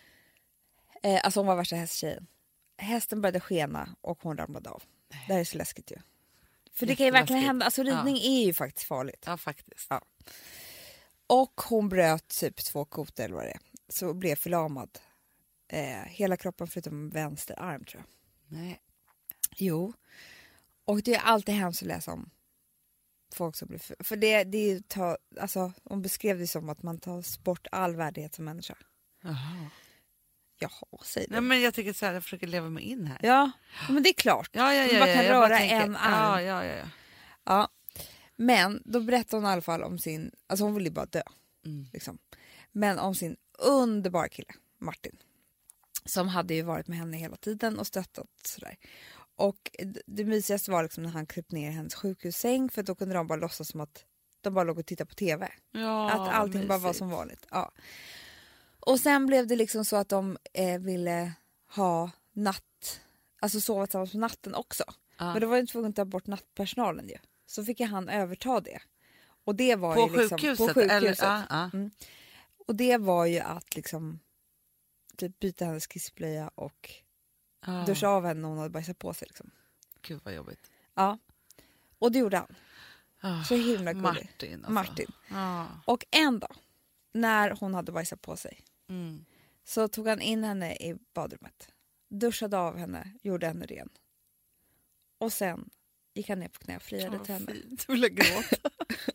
Eh, alltså hon var värsta hästtjejen. Hästen började skena och hon ramlade av. Nej. Det här är så läskigt ju. För det kan ju verkligen hända. Alltså ridning ja. är ju faktiskt farligt. Ja, faktiskt. Ja. Och hon bröt typ två kotor eller vad det är. Så blev förlamad. Eh, hela kroppen förutom vänster arm tror jag. Nej. Jo. Och det är alltid hemskt att läsa om. folk som blir... För, för det, det är ju ta, alltså, hon beskrev det som att man tar bort all värdighet som människa. Jaha. Jaha, säg det. Nej, men jag tycker så här, jag försöker leva mig in här. Ja, men det är klart. Ja, ja, ja, man bara kan ja, jag röra tänker, en arm. Ja, ja, ja, ja. Ja. Men då berättade hon i alla fall om sin... Alltså hon ville ju bara dö. Mm. Liksom. Men om sin underbara kille, Martin. Som hade ju varit med henne hela tiden och stöttat sådär. Och det mysigaste var liksom när han kryp ner i hennes sjukhussäng. För då kunde de bara låtsas som att de bara låg och tittade på tv. Ja, att allting mysigt. bara var som vanligt. Ja. Och sen blev det liksom så att de eh, ville ha natt... Alltså sova tillsammans på natten också. Ja. Men då var ju tvungen att ta bort nattpersonalen ju. Så fick han överta det. Och det var På ju liksom, sjukhuset? På sjukhuset. Eller, ja, ja. Mm. Och det var ju att liksom typ byta hennes kissblöja och Ja. duscha av henne när hon hade bajsat på sig. Liksom. Gud vad jobbigt. Ja. Och det gjorde han. Oh, Så himla gullig. Martin. Alltså. Martin. Ja. Och en dag när hon hade bajsat på sig Mm. så tog han in henne i badrummet. Duschade av henne, gjorde henne ren. Och sen gick han ner på knä och friade Oh, till henne. fint. Jag vill gråta.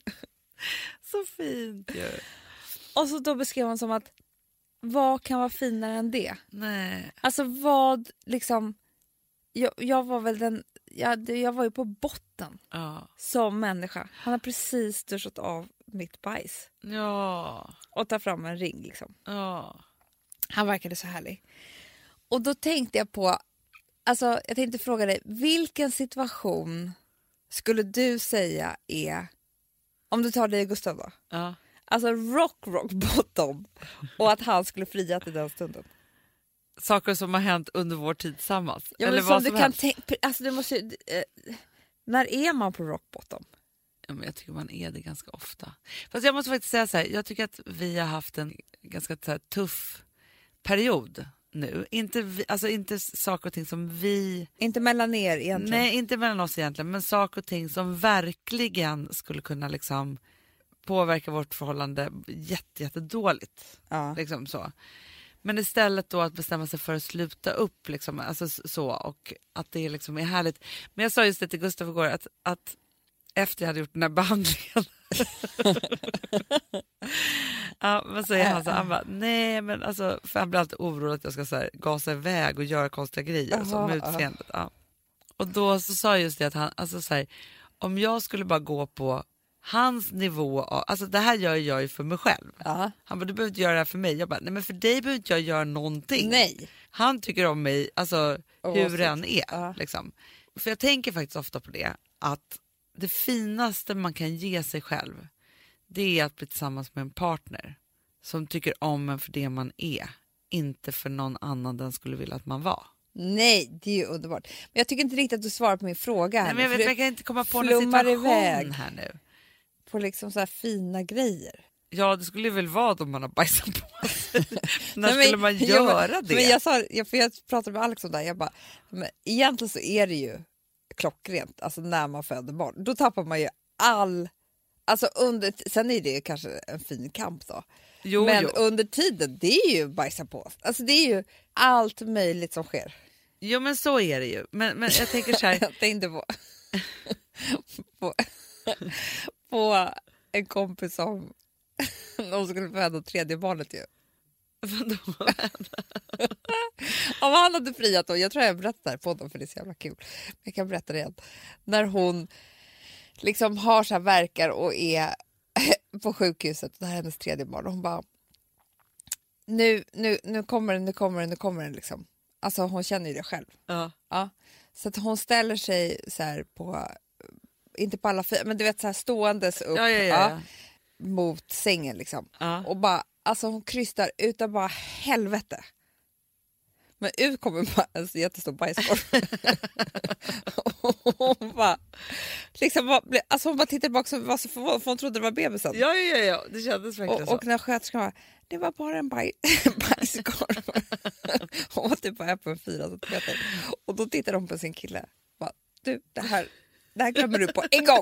Så fint ju. Och så då beskrev hon som att vad kan vara finare än det? Nej. Alltså vad liksom... Jag, jag var väl den... Jag, jag var ju på botten Ja. som människa. Han har precis duschat av mitt bajs. Ja. Och tar fram en ring liksom. Ja. Han verkade så härlig. Och då tänkte jag på... Alltså jag tänkte fråga dig. Vilken situation skulle du säga är... Om du tar dig Gustav då. Ja. Alltså rock, rock bottom. Och att han skulle fria till den stunden. Saker som har hänt under vår tid tillsammans. Ja, Eller men vad som som du kan helst. tänka... Alltså du måste ju... Eh, när är man på rock bottom? Ja, men jag tycker man är det ganska ofta. Fast jag måste faktiskt säga så här. Jag tycker att vi har haft en ganska så här, tuff period nu. Inte, vi, alltså inte saker och ting som vi... Inte mellan er egentligen. Nej, inte mellan oss egentligen. Men saker och ting som verkligen skulle kunna liksom påverka vårt förhållande jätte, jätte dåligt. Ja. Liksom så. Men istället då att bestämma sig för att sluta upp liksom, alltså så, och att det liksom är härligt. Men jag sa just det till Gustav igår att, att efter jag hade gjort den här behandlingen ja, men så är han så han bara, nej men alltså, för han blir alltid orolig att jag ska så här, gasa iväg och göra konstiga grejer och så, med utseendet. Ja. Och då så sa jag just det att han, alltså så här, om jag skulle bara gå på hans nivå av, alltså det här gör jag ju för mig själv. Ja. Han bara, du behöver inte göra det här för mig. Jag bara, nej men för dig behöver inte jag göra någonting. Nej. Han tycker om mig, alltså Oavsett. hur den är. Ja. Liksom. För jag tänker faktiskt ofta på det, att det finaste man kan ge sig själv, det är att bli tillsammans med en partner som tycker om en för det man är, inte för någon annan den skulle vilja att man var. Nej, det är ju underbart. Men jag tycker inte riktigt att du svarar på min fråga här. Nej, men jag, nu, vet, för jag kan inte komma på någon flummar situation iväg. här nu. På liksom så här fina grejer. Ja, det skulle väl vara om man har bajsat på sig. När Nej, skulle men- man jo, göra men, det? Men jag, sa, jag, för jag pratade med Alex om det här, jag bara, men egentligen så är det ju klockrent, alltså när man föder barn. Då tappar man ju all... Alltså under, sen är det ju kanske en fin kamp då. Jo, men jo. under tiden, det är ju bajsa på. Alltså det är ju allt möjligt som sker. Jo, men så är det ju. Men, men jag tänker så här... Jag tänkte på, på, på en kompis som de skulle föda tredje barnet ju. Vadå? Om han hade friat då, jag tror jag berättar det här på dem för det är så jävla kul. Men jag kan berätta det igen. När hon liksom har så här verkar och är på sjukhuset och det här är hennes tredje barn och hon bara nu, nu, nu kommer den, nu kommer den, nu kommer den liksom. Alltså hon känner ju det själv. Ja. Ja. Så att hon ställer sig så här på, inte på alla fyra, men du vet så här ståendes upp Ja, ja, ja, ja. mot sängen liksom. Ja. Och bara, alltså hon krystar utan bara helvete. Men ut kommer bara en så jättestor bajskorv. Och hon bara, liksom bara, alltså hon bara tittade bak så var så förvånad för hon trodde det var bebisen. Ja, ja, ja, det kändes verkligen Och, så. och när sköterskan var, det var bara en baj, bajskorv. Hon var typ bara på en fyra centimeter. Och då tittade hon på sin kille. Bara, du, det här, det här glömmer du på en gång.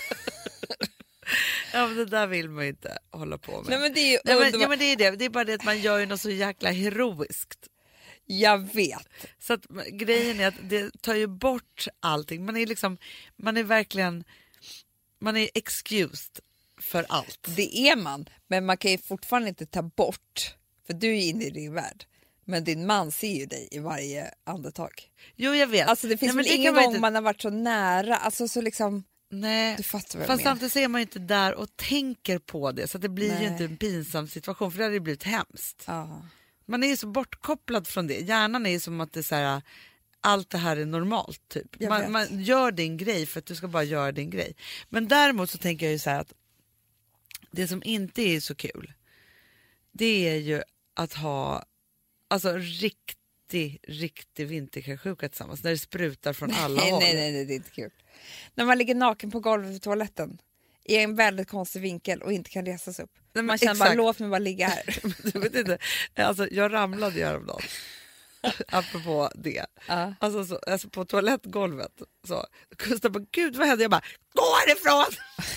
Ja, men det där vill man ju inte hålla på med. Nej men det är ju Nej, men, underbart. ja, men det är det. Det är bara det att man gör ju något så jäkla heroiskt. Jag vet. Så att grejen är att det tar ju bort allting. Man är liksom, man är verkligen, Man är excused för allt. Det är man, men man kan ju fortfarande inte ta bort, för du är inne i din värld. Men din man ser ju dig i varje andetag. Jo, jag vet. Alltså det finns Nej, väl det ingen man gång inte... man har varit så nära. Alltså så liksom... Nej, du fattar vad fast jag menar. samtidigt så är man ju inte där och tänker på det. Så att det blir Nej. ju inte en pinsam situation, för det hade ju blivit hemskt. Ja. Man är ju så bortkopplad från det. Hjärnan är ju som att det är så här, allt det här är normalt. Typ. Jag Man, vet. man gör din grej för att du ska bara göra din grej. Men däremot så tänker jag ju så här att det som inte är så kul, det är ju att ha alltså riktig, riktig vinterkräksjuka tillsammans. När det sprutar från alla nej, håll. nej, nej, nej, det är inte kul. När man ligger naken på golvet vid toaletten i en väldigt konstig vinkel och inte kan resa sig upp. Nej, men man känner exakt. bara, låt mig bara ligga här. Du vet inte, alltså, jag ramlade ju häromdagen. Apropå det. Ja. Alltså, så, alltså på toalettgolvet. Så, Gustav bara, gud vad hände? Jag bara, gå härifrån!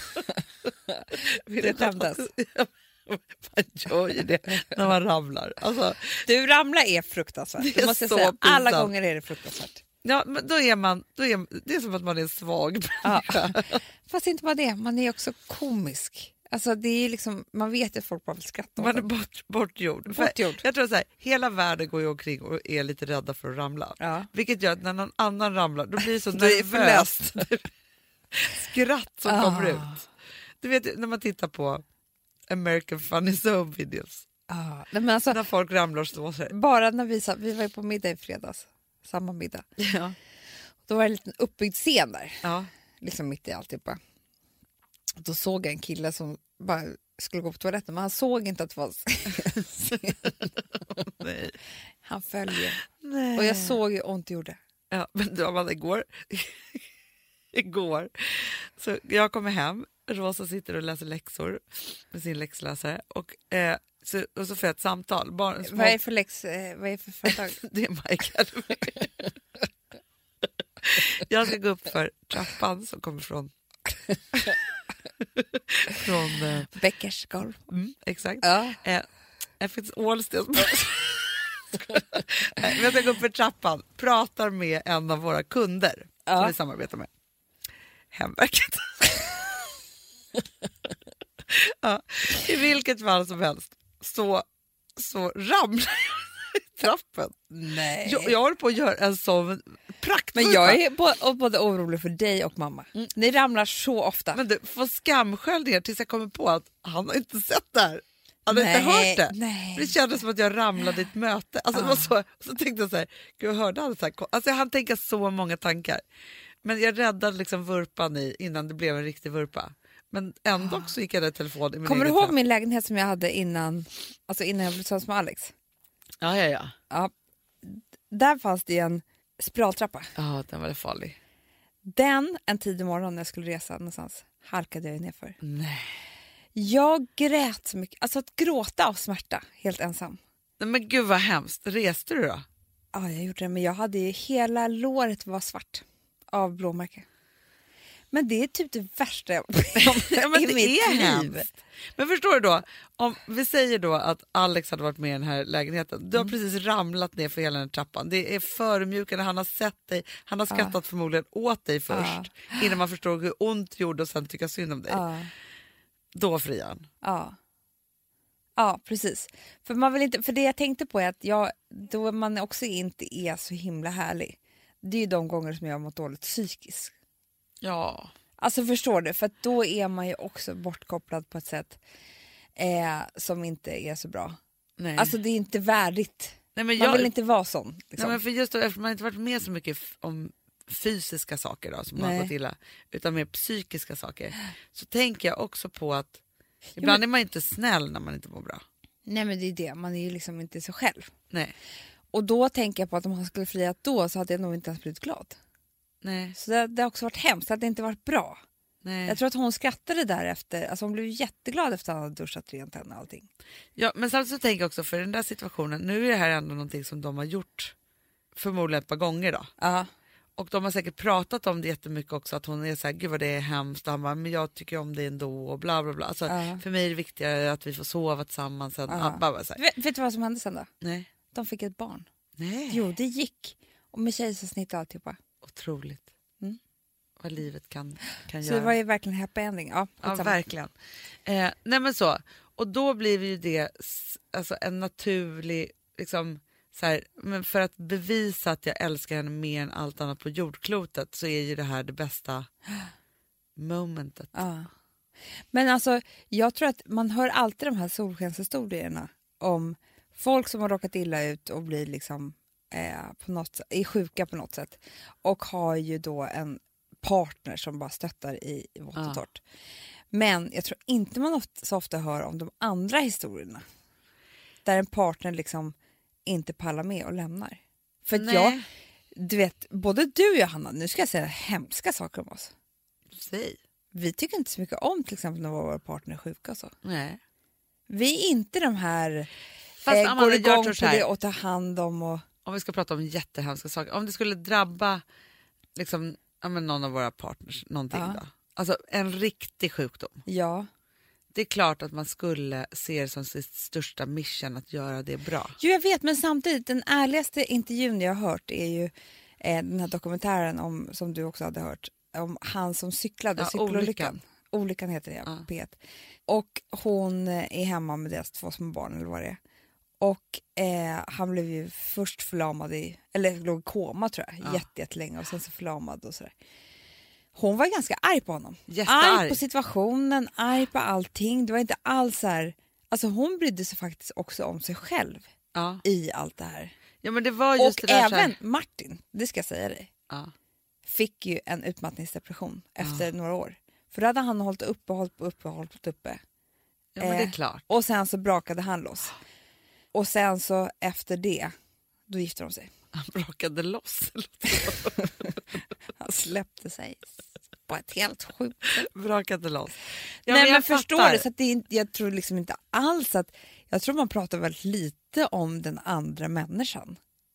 Det skämtas. Man gör ju det när man ramlar. Alltså, Du, ramla är fruktansvärt. Det Det är måste jag så säga. Alla pinsamt. gånger är det fruktansvärt. ja, men då är man, då är, det är som att man är svag. Ja. Fast inte bara det, man är också komisk. Alltså det är liksom, man vet att folk bara vill skratta åt Man är en. bort, bortgjord. För Bortgjord. Jag tror så här, hela världen går ju omkring och är lite rädda för att ramla. Ja. Vilket gör att när någon annan ramlar, då blir det så Då är det nervöst. Skratt som Ah. kommer ut. Du vet när man tittar på American Funny Zone videos. Ja. Nej, men alltså, När folk ramlar och slår sig. bara när vi, sa- vi var ju på middag i fredags, samma middag. Ja. Då var det en liten uppbyggd scen där, Ja. liksom mitt i alltihopa. Då såg jag en kille som bara skulle gå på toaletten, men han såg inte att det var en scen. Nej. Han följde. Nej. Och jag såg hur ont det gjorde. Ja, men du, Amanda, igår, igår så jag kommer hem, Rosa sitter och läser läxor med sin läxläsare och, eh, så, och så får jag ett samtal. Barn, små, Vad är det för läx, eh, vad är det för företag? det är Michael. Jag ska gå upp för trappan som kommer från från eh, Bäckers golv. mm, exakt. Ja. Eh, jag finns Ålstens. Men jag ska gå upp för trappan, pratar med en av våra kunder Ja. som vi samarbetar med. Hemverket. Ja, i vilket fall som helst så, så ramlar jag i trappen. Nej. Jag, jag håller på att göra en sån praktfull. Men jag är både, både orolig för dig och mamma. Ni ramlar så ofta. Men du får skamsköljningar tills jag kommer på att han har inte sett det här. Han har Nej, inte hört det. nej. Det kändes som att jag ramlade i ett möte. Alltså, det var så, och så tänkte jag så här, gud jag hörde han så här. Alltså jag hann tänka så många tankar. Men jag räddade liksom vurpan i innan det blev en riktig vurpa. Men ändå så gick jag där telefon i min Kommer du egen ihåg trapp. min lägenhet som jag hade innan, alltså innan jag blev tillsammans med Alex? Ja, ja, ja. Ja. Där fanns det en spiraltrappa. Ja, den var det farlig. Den, en tidig morgon när jag skulle resa någonstans, halkade jag nerför. Nej. Jag grät så mycket, alltså att gråta av smärta, helt ensam. Nej, men gud vad hemskt. Reste du då? Ja, jag gjorde det, men jag hade ju, hela låret var svart av blåmärke. Men det är typ det värsta jag Ja, men i det mitt är liv. hemskt. Men förstår du då, om vi säger då att Alex hade varit med i den här lägenheten. Du har Mm. precis ramlat ner för hela den här trappan. Det är förmjukande, han har sett dig, han har skrattat förmodligen åt dig först. Innan man förstår hur ont det gjorde och sen tycka synd om dig. Ja. Då friar han. Ja. Ja, precis. För, man vill inte, för det jag tänkte på är att jag, då man också inte är så himla härlig, det är ju de gånger som jag har mått dåligt psykiskt. Ja. Alltså förstår du? För att då är man ju också bortkopplad på ett sätt eh, som inte är så bra. Nej. Alltså det är inte värdigt. Nej, men Man jag, vill inte vara sån. nej, Liksom. men för just då, eftersom man inte varit med så mycket f- om fysiska saker då, som Nej. har gått illa, utan mer psykiska saker, så tänker jag också på att ibland men- är man inte snäll när man inte mår bra. Nej men det är det, man är ju liksom inte sig själv. Nej. Och då tänker jag på att om han skulle friat då så hade jag nog inte ens blivit glad. Nej. Så det, det har också varit hemskt, det hade inte varit bra. Nej. Jag tror att hon skrattade därefter, alltså hon blev jätteglad efter att han hade duschat rent henne och allting. Ja, men samtidigt så tänker jag också för den där situationen, nu är det här ändå någonting som de har gjort förmodligen ett par gånger då. Ja. Och de har säkert pratat om det jättemycket också, att hon är så här, gud vad det är hemskt, och han bara, men jag tycker om det ändå och bla bla bla. Alltså, Ja. för mig är det viktigare att vi får sova tillsammans. Sen, Ja. ja. bara, bara så här. Vet, vet du vad som hände sen då? Nej. De fick ett barn. Nej. Jo, det gick. Och med kejsarsnitt och alltihopa. Otroligt. Mm. vad livet kan, kan Så göra. det var ju verkligen happy ending. Ja, Ja, verkligen. Eh, nej men så. Och då blir ju det s- alltså en naturlig, liksom, så här, men för att bevisa att jag älskar henne mer än allt annat på jordklotet så är ju det här det bästa momentet. Ja. Men alltså, jag tror att man hör alltid de här solskenshistorierna om folk som har råkat illa ut och blir liksom eh, på något, är sjuka på något sätt och har ju då en partner som bara stöttar i, i vått och Ja. torrt. Men jag tror inte man ofta, så ofta hör om de andra historierna där en partner liksom inte pallar med och lämnar. För att Nej. jag, du vet, både du och jag, Hanna, nu ska jag säga hemska saker om oss. Säg. Vi tycker inte så mycket om till exempel när våra partner är sjuka och så. Nej. Vi är inte de här Fast eh, Amanda, går jag igång tror på så här. det och tar hand om och... Om vi ska prata om jättehemska saker. Om det skulle drabba liksom, ja, men någon av våra partners, någonting Ja. då. Alltså en riktig sjukdom. Ja. Det är klart att man skulle se det som sitt största mission att göra det bra. Jo, jag vet, men samtidigt den ärligaste intervjun jag har hört är ju eh, den här dokumentären om, som du också hade hört, om han som cyklade, Ja, cykelolyckan. olyckan. Olyckan heter det, Ja. P ett. Och hon eh, är hemma med deras två små barn eller vad det är. Och eh, han blev ju först förlamad i, eller låg i koma tror jag, Ja. jätte, jättelänge och sen så förlamad och sådär. Hon var ganska arg på honom. Jättearg. Arg på situationen, arg på allting. Det var inte alls så här, alltså hon brydde sig faktiskt också om sig själv Ja. i allt det här. Ja, men det var just Och det där så här- även Martin, det ska jag säga dig, Ja. fick ju en utmattningsdepression efter några år. För då hade han hållit uppe och hållit uppe och hållit uppe. Ja, men det är Eh, klart. Och sen så brakade han loss. Och sen så efter det, då gifte de sig. Han brakade loss. Han släppte sig på ett helt sjukt sätt. Brakade loss. Ja, Nej men, jag förstår fattar. du, så att det är, inte- jag tror liksom inte alls att, jag tror man pratar väldigt lite om den andra människan.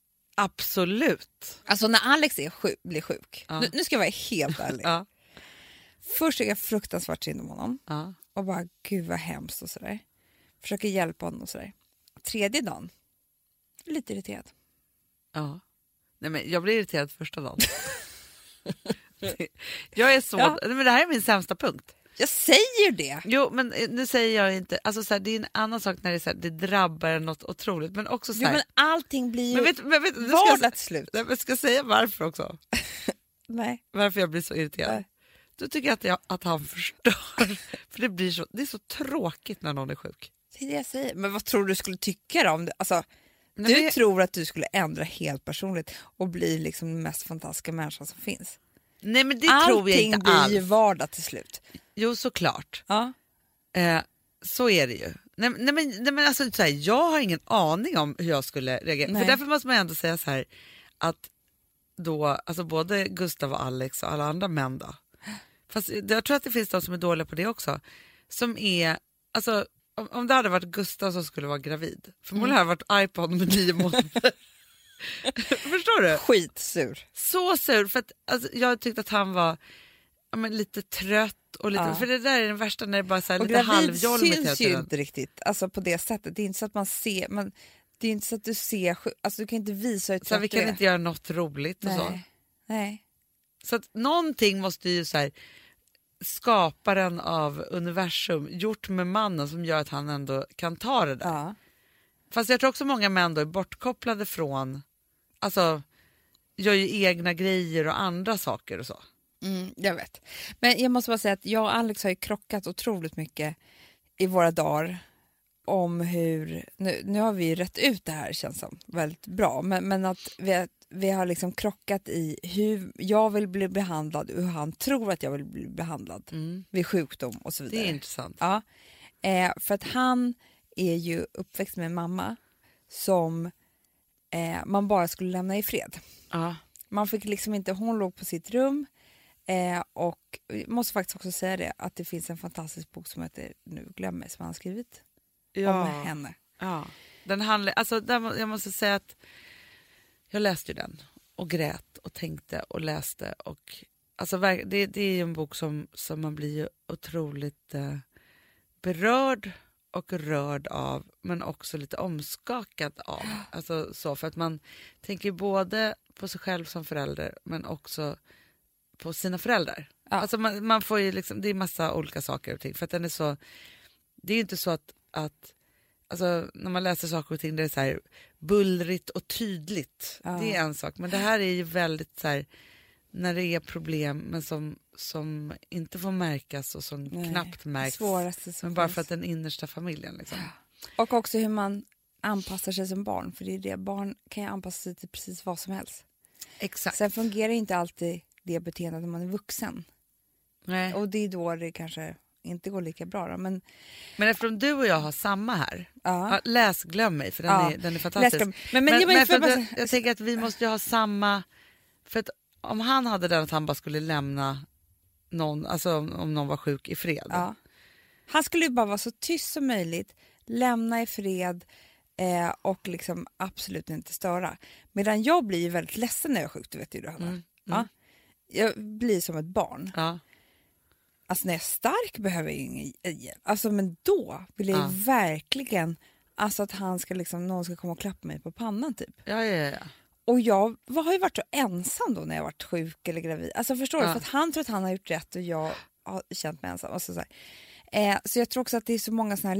Absolut. Alltså när Alex är sjuk, blir sjuk, Ja. nu, nu ska jag vara helt ärlig. Ja. Först är jag fruktansvärt synd om honom Ja. och bara gud vad hemskt och sådär. Försöker hjälpa honom och sådär. Tredje dagen, lite irriterad. Ja. Nej, men jag blir irriterad första dagen. jag är så... Ja. Nej, men det här är min sämsta punkt. Jag säger ju det! Jo, men eh, nu säger jag inte... Alltså, så här, det är en annan sak när det, är så här, det drabbar en något otroligt. Men också så Jo, här... men allting blir ju men vet, men vet, nu ska jag, vardag till slut. nej, men ska jag säga varför också? Nej. Varför jag blir så irriterad? Nej. Då tycker jag att, jag att han förstör. För det blir så, det är så tråkigt när någon är sjuk. Det är det jag säger. Men vad tror du skulle tycka då om det? Alltså, Nej, du men- tror att du skulle ändra helt personligt och bli liksom den mest fantastiska människan som finns. Nej, men det Allting tror jag inte blir alls. ju vardag till slut. Jo, såklart. Ja. Eh, så är det ju. Nej, nej, men, nej, men alltså, så här, jag har ingen aning om hur jag skulle reagera. Nej. För därför måste man ändå säga så här att då, alltså både Gustav och Alex och alla andra män då. Fast jag tror att det finns de som är dåliga på det också. Som är, alltså om, om det hade varit Gustav som skulle vara gravid. Förmodligen hade jag varit arg på honom i nio månader. Förstår du? Skitsur. Så sur, för att alltså, jag tyckte att han var ja, men, lite trött och lite, Ja. för det där är den värsta när det bara är så här, Och lite gravid halvjolmigt hela syns ju tiden. inte riktigt alltså på det sättet. Det är inte så att man ser, men det är inte så att du ser, sjuk- alltså du kan inte visa hur Så här, vi trött du kan är. inte göra något roligt och så. Nej. Nej. Så att någonting måste ju så här, skaparen av universum gjort med mannen som gör att han ändå kan ta det där. Ja. Fast jag tror också många män då är bortkopplade från, alltså gör ju egna grejer och andra saker och så. Mm, jag vet. Men jag måste bara säga att jag och Alex har ju krockat otroligt mycket i våra dagar om hur, nu, nu har vi ju rätt ut det här känns som väldigt bra, men, men att vi, har- vi har liksom krockat i hur jag vill bli behandlad och hur han tror att jag vill bli behandlad vid sjukdom och så Det vidare. är intressant. Ja, eh, för att han är ju uppväxt med en mamma som eh, man bara skulle lämna i fred. Ja. Man fick liksom inte, hon låg på sitt rum eh, och jag måste faktiskt också säga det att det finns en fantastisk bok som heter Nu glömmer som han har skrivit om henne. Ja. Den handlar, alltså, där, må- jag måste säga att jag läste ju den och grät och tänkte och läste och alltså, verk- det, det är ju en bok som, som man blir ju otroligt eh, berörd och rörd av, men också lite omskakad av. Alltså, så, för att man tänker både på sig själv som förälder men också på sina föräldrar. Ja. Alltså man, man får ju liksom, det är massa olika saker och ting. För att den är så, det är ju inte så att, att alltså, när man läser saker och ting, det är så här bullrigt och tydligt. Ja. Det är en sak. Men det här är ju väldigt så här, när det är problem men som, som inte får märkas och som Nej. knappt märks. Svåraste som Men bara finns. för att den innersta familjen liksom. Och också hur man anpassar sig som barn. För det är det, barn kan ju anpassa sig till precis vad som helst. Exakt. Sen fungerar inte alltid det beteendet när man är vuxen. Nej. Och det är då det kanske inte går lika bra. Då. Men, Men eftersom du och jag har samma här, ja. ja, läs Glöm mig för den, Ja. är, den är fantastisk. Men, men, men, Men, jag, men men, för bara, jag, jag tänker att vi måste ju ha samma, för att om han hade den att han bara skulle lämna någon, alltså om, om någon var sjuk i fred. ja. Han skulle ju bara vara så tyst som möjligt, lämna i fred eh, och liksom absolut inte störa. Medan jag blir ju väldigt ledsen när jag är sjuk, du vet ju det. Mm, mm. Ja. Jag blir som ett barn. Ja. Alltså när jag är stark behöver jag ingen hjälp. Alltså men då vill jag Ja. ju verkligen alltså att han ska liksom, någon ska komma och klappa mig på pannan typ. Ja, ja, ja. Och jag var, har ju varit så ensam då när jag varit sjuk eller gravid. Alltså förstår Ja. du? För att han tror att han har gjort rätt och jag har känt mig ensam. Och så, så, här. Eh, så jag tror också att det är så många såna här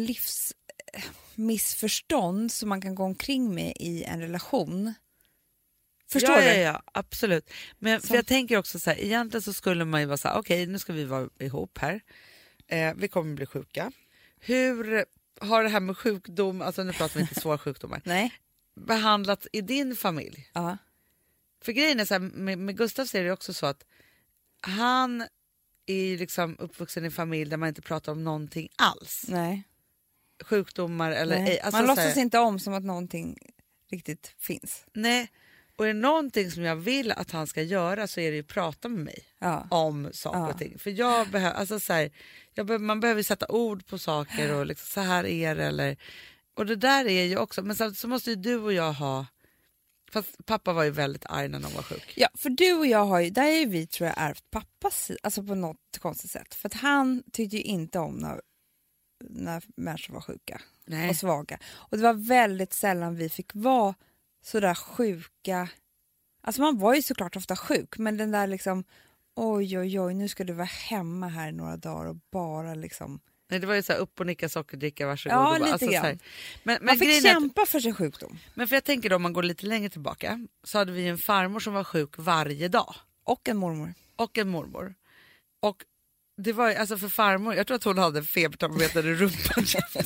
livsmissförstånd som man kan gå omkring med i en relation. Förstår ja, du? Ja, ja, absolut. Men Så. för jag tänker också så här, egentligen så skulle man ju vara så här, okej okay, nu ska vi vara ihop här. Eh, vi kommer bli sjuka. Hur har det här med sjukdom, alltså nu pratar vi inte svåra sjukdomar, Nej. behandlats i din familj? Ja. För grejen är så här, med, med Gustav så är det också så att han är liksom uppvuxen i en familj där man inte pratar om någonting alls. Nej. Sjukdomar eller Nej. ej. Alltså man så låtsas här, inte om som att någonting riktigt finns. nej. Och är det någonting som jag vill att han ska göra så är det ju prata med mig Ja. om saker Ja. och ting. För jag behöver, alltså så här, jag be- man behöver sätta ord på saker och liksom, så här är det. Eller, och det där är ju också, men samtidigt så måste ju du och jag ha, fast pappa var ju väldigt arg när de var sjuk. Ja, för du och jag har ju, där är vi tror jag ärvt pappas, alltså på något konstigt sätt. För att han tyckte ju inte om när, när människor var sjuka Nej. och svaga. Och det var väldigt sällan vi fick vara sådär sjuka. Alltså man var ju såklart ofta sjuk, men den där liksom, oj oj oj, nu ska du vara hemma här några dagar och bara liksom. Nej, det var ju så här upp och nicka sockerdricka, varsågod. Ja, och bara, lite alltså, så grann. här. Men, men, Man fick grejen är att- kämpa för sin sjukdom. men för jag tänker då, om man går lite längre tillbaka så hade vi ju en farmor som var sjuk varje dag. Och en mormor. Och en mormor. Och det var ju, alltså för farmor, jag tror att hon hade febertermometer i rumpan.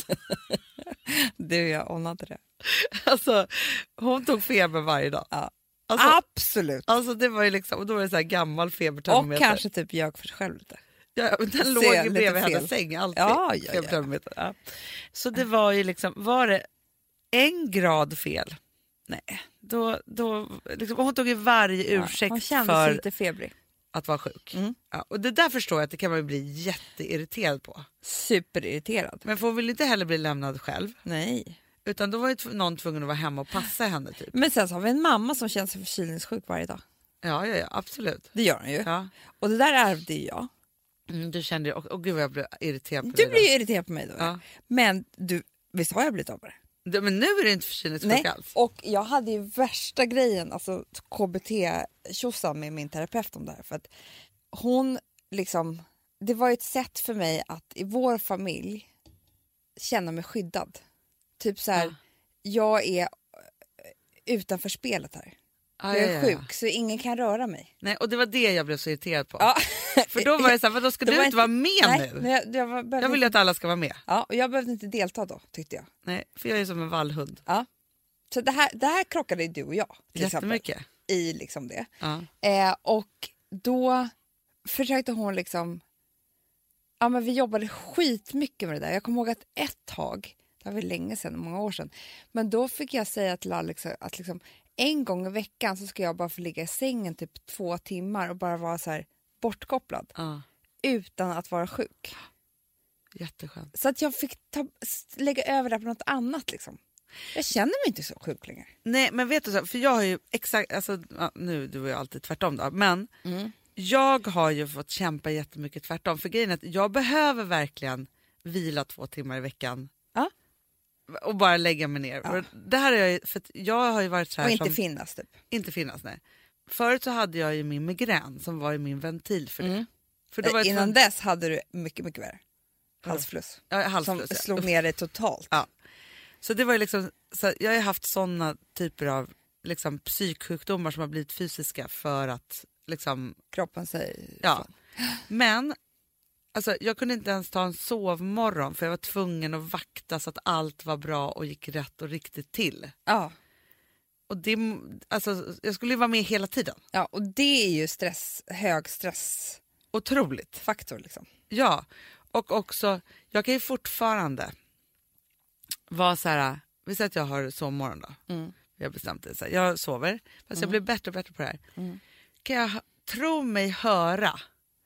Du och jag ordnade det. Alltså hon tog feber varje dag. Ja. Alltså, Absolut. alltså det var ju liksom, och då var det så här gammal Och febertermometer. kanske typ ljög för sig själv lite. Ja, men den Se låg ju lite bredvid fel. hennes säng alltid. Ja, ja, ja. Febertermometer. Ja. Så det var ju liksom, var det en grad fel? Nej, då, då liksom, och hon tog ju varje ursäkt Hon kände sig för lite febrig. att vara sjuk. Mm. Ja, och det där förstår jag att det kan man ju bli jätteirriterad på. Superirriterad. Men för hon vill inte heller bli lämnad själv. Nej. Utan då var ju tv- någon tvungen att vara hemma och passa henne typ. Men sen så har vi en mamma som känner sig förkylningssjuk varje dag. Ja, ja, ja, absolut. Det gör hon ju. Ja. Och det där ärvde ju jag. Mm, du kände ju, och, och gud vad jag blev irriterad på Du det blir där. ju irriterad på mig då. Ja. Men du, visst har jag blivit av med det? Det- Men nu är det inte förkylningssjuk Nej. alls. Och jag hade ju värsta grejen, alltså K B T-tjosan med min terapeut om det här. För att hon liksom, det var ju ett sätt för mig att i vår familj känna mig skyddad. Typ så här, Ja. jag är utanför spelet här. Ja, Jag ja, är ja, sjuk ja. så ingen kan röra mig. Nej, och det var det jag blev så irriterad på. Ja. För då var det så här, vadå ska Det du var inte inte- vara med Nej, nu? men jag, jag, var- behövde Jag vill ju inte, att alla ska vara med. ja, och jag behövde inte delta då tyckte jag. Nej, för jag är som en vallhund. Ja. Så det här, det här krockade ju du och jag till exempel, Jättemycket. i liksom det. Ja. Eh, och då försökte hon liksom, ja men vi jobbade skitmycket med det där. Jag kommer ihåg att ett tag, det var väl länge sedan, många år sedan, men då fick jag säga till Alex att liksom, en gång i veckan så ska jag bara få ligga i sängen typ två timmar och bara vara så här bortkopplad Ja. utan att vara sjuk. Jätteskönt. Så att jag fick ta, lägga över det på något annat liksom. Jag känner mig inte så sjuk längre. Nej, men vet du så, för jag har ju exakt, alltså ja, nu du är ju alltid tvärtom då, men Mm. jag har ju fått kämpa jättemycket tvärtom. För grejen är att jag behöver verkligen vila två timmar i veckan. Ja. Och bara lägga mig ner. Ja. Och det här är jag, ju- för att jag har ju varit så här Och inte som, finnas typ. inte finnas, nej. förut så hade jag ju min migrän som var ju min ventil för det. Mm. För då var jag Innan tvungen- dess hade du mycket, mycket värre. Halsfluss. ja, halsfluss, Som ja. slog ner dig totalt. Ja. Så det var ju liksom, så jag har haft såna typer av liksom psyksjukdomar som har blivit fysiska för att liksom, Kroppen säger ja. Men alltså, jag kunde inte ens ta en sovmorgon för jag var tvungen att vakta så att allt var bra och gick rätt och riktigt till. Ja. Och det, alltså, jag skulle ju vara med hela tiden. Ja, och det är ju stress, hög stressfaktor Otroligt. liksom. Ja, och också, jag kan ju fortfarande vara så här, vi säger att jag har sovmorgon då. Mm. Jag har bestämt det så här, jag sover, fast Mm. jag blir bättre och bättre på det här. Mm. Kan jag h- tro mig höra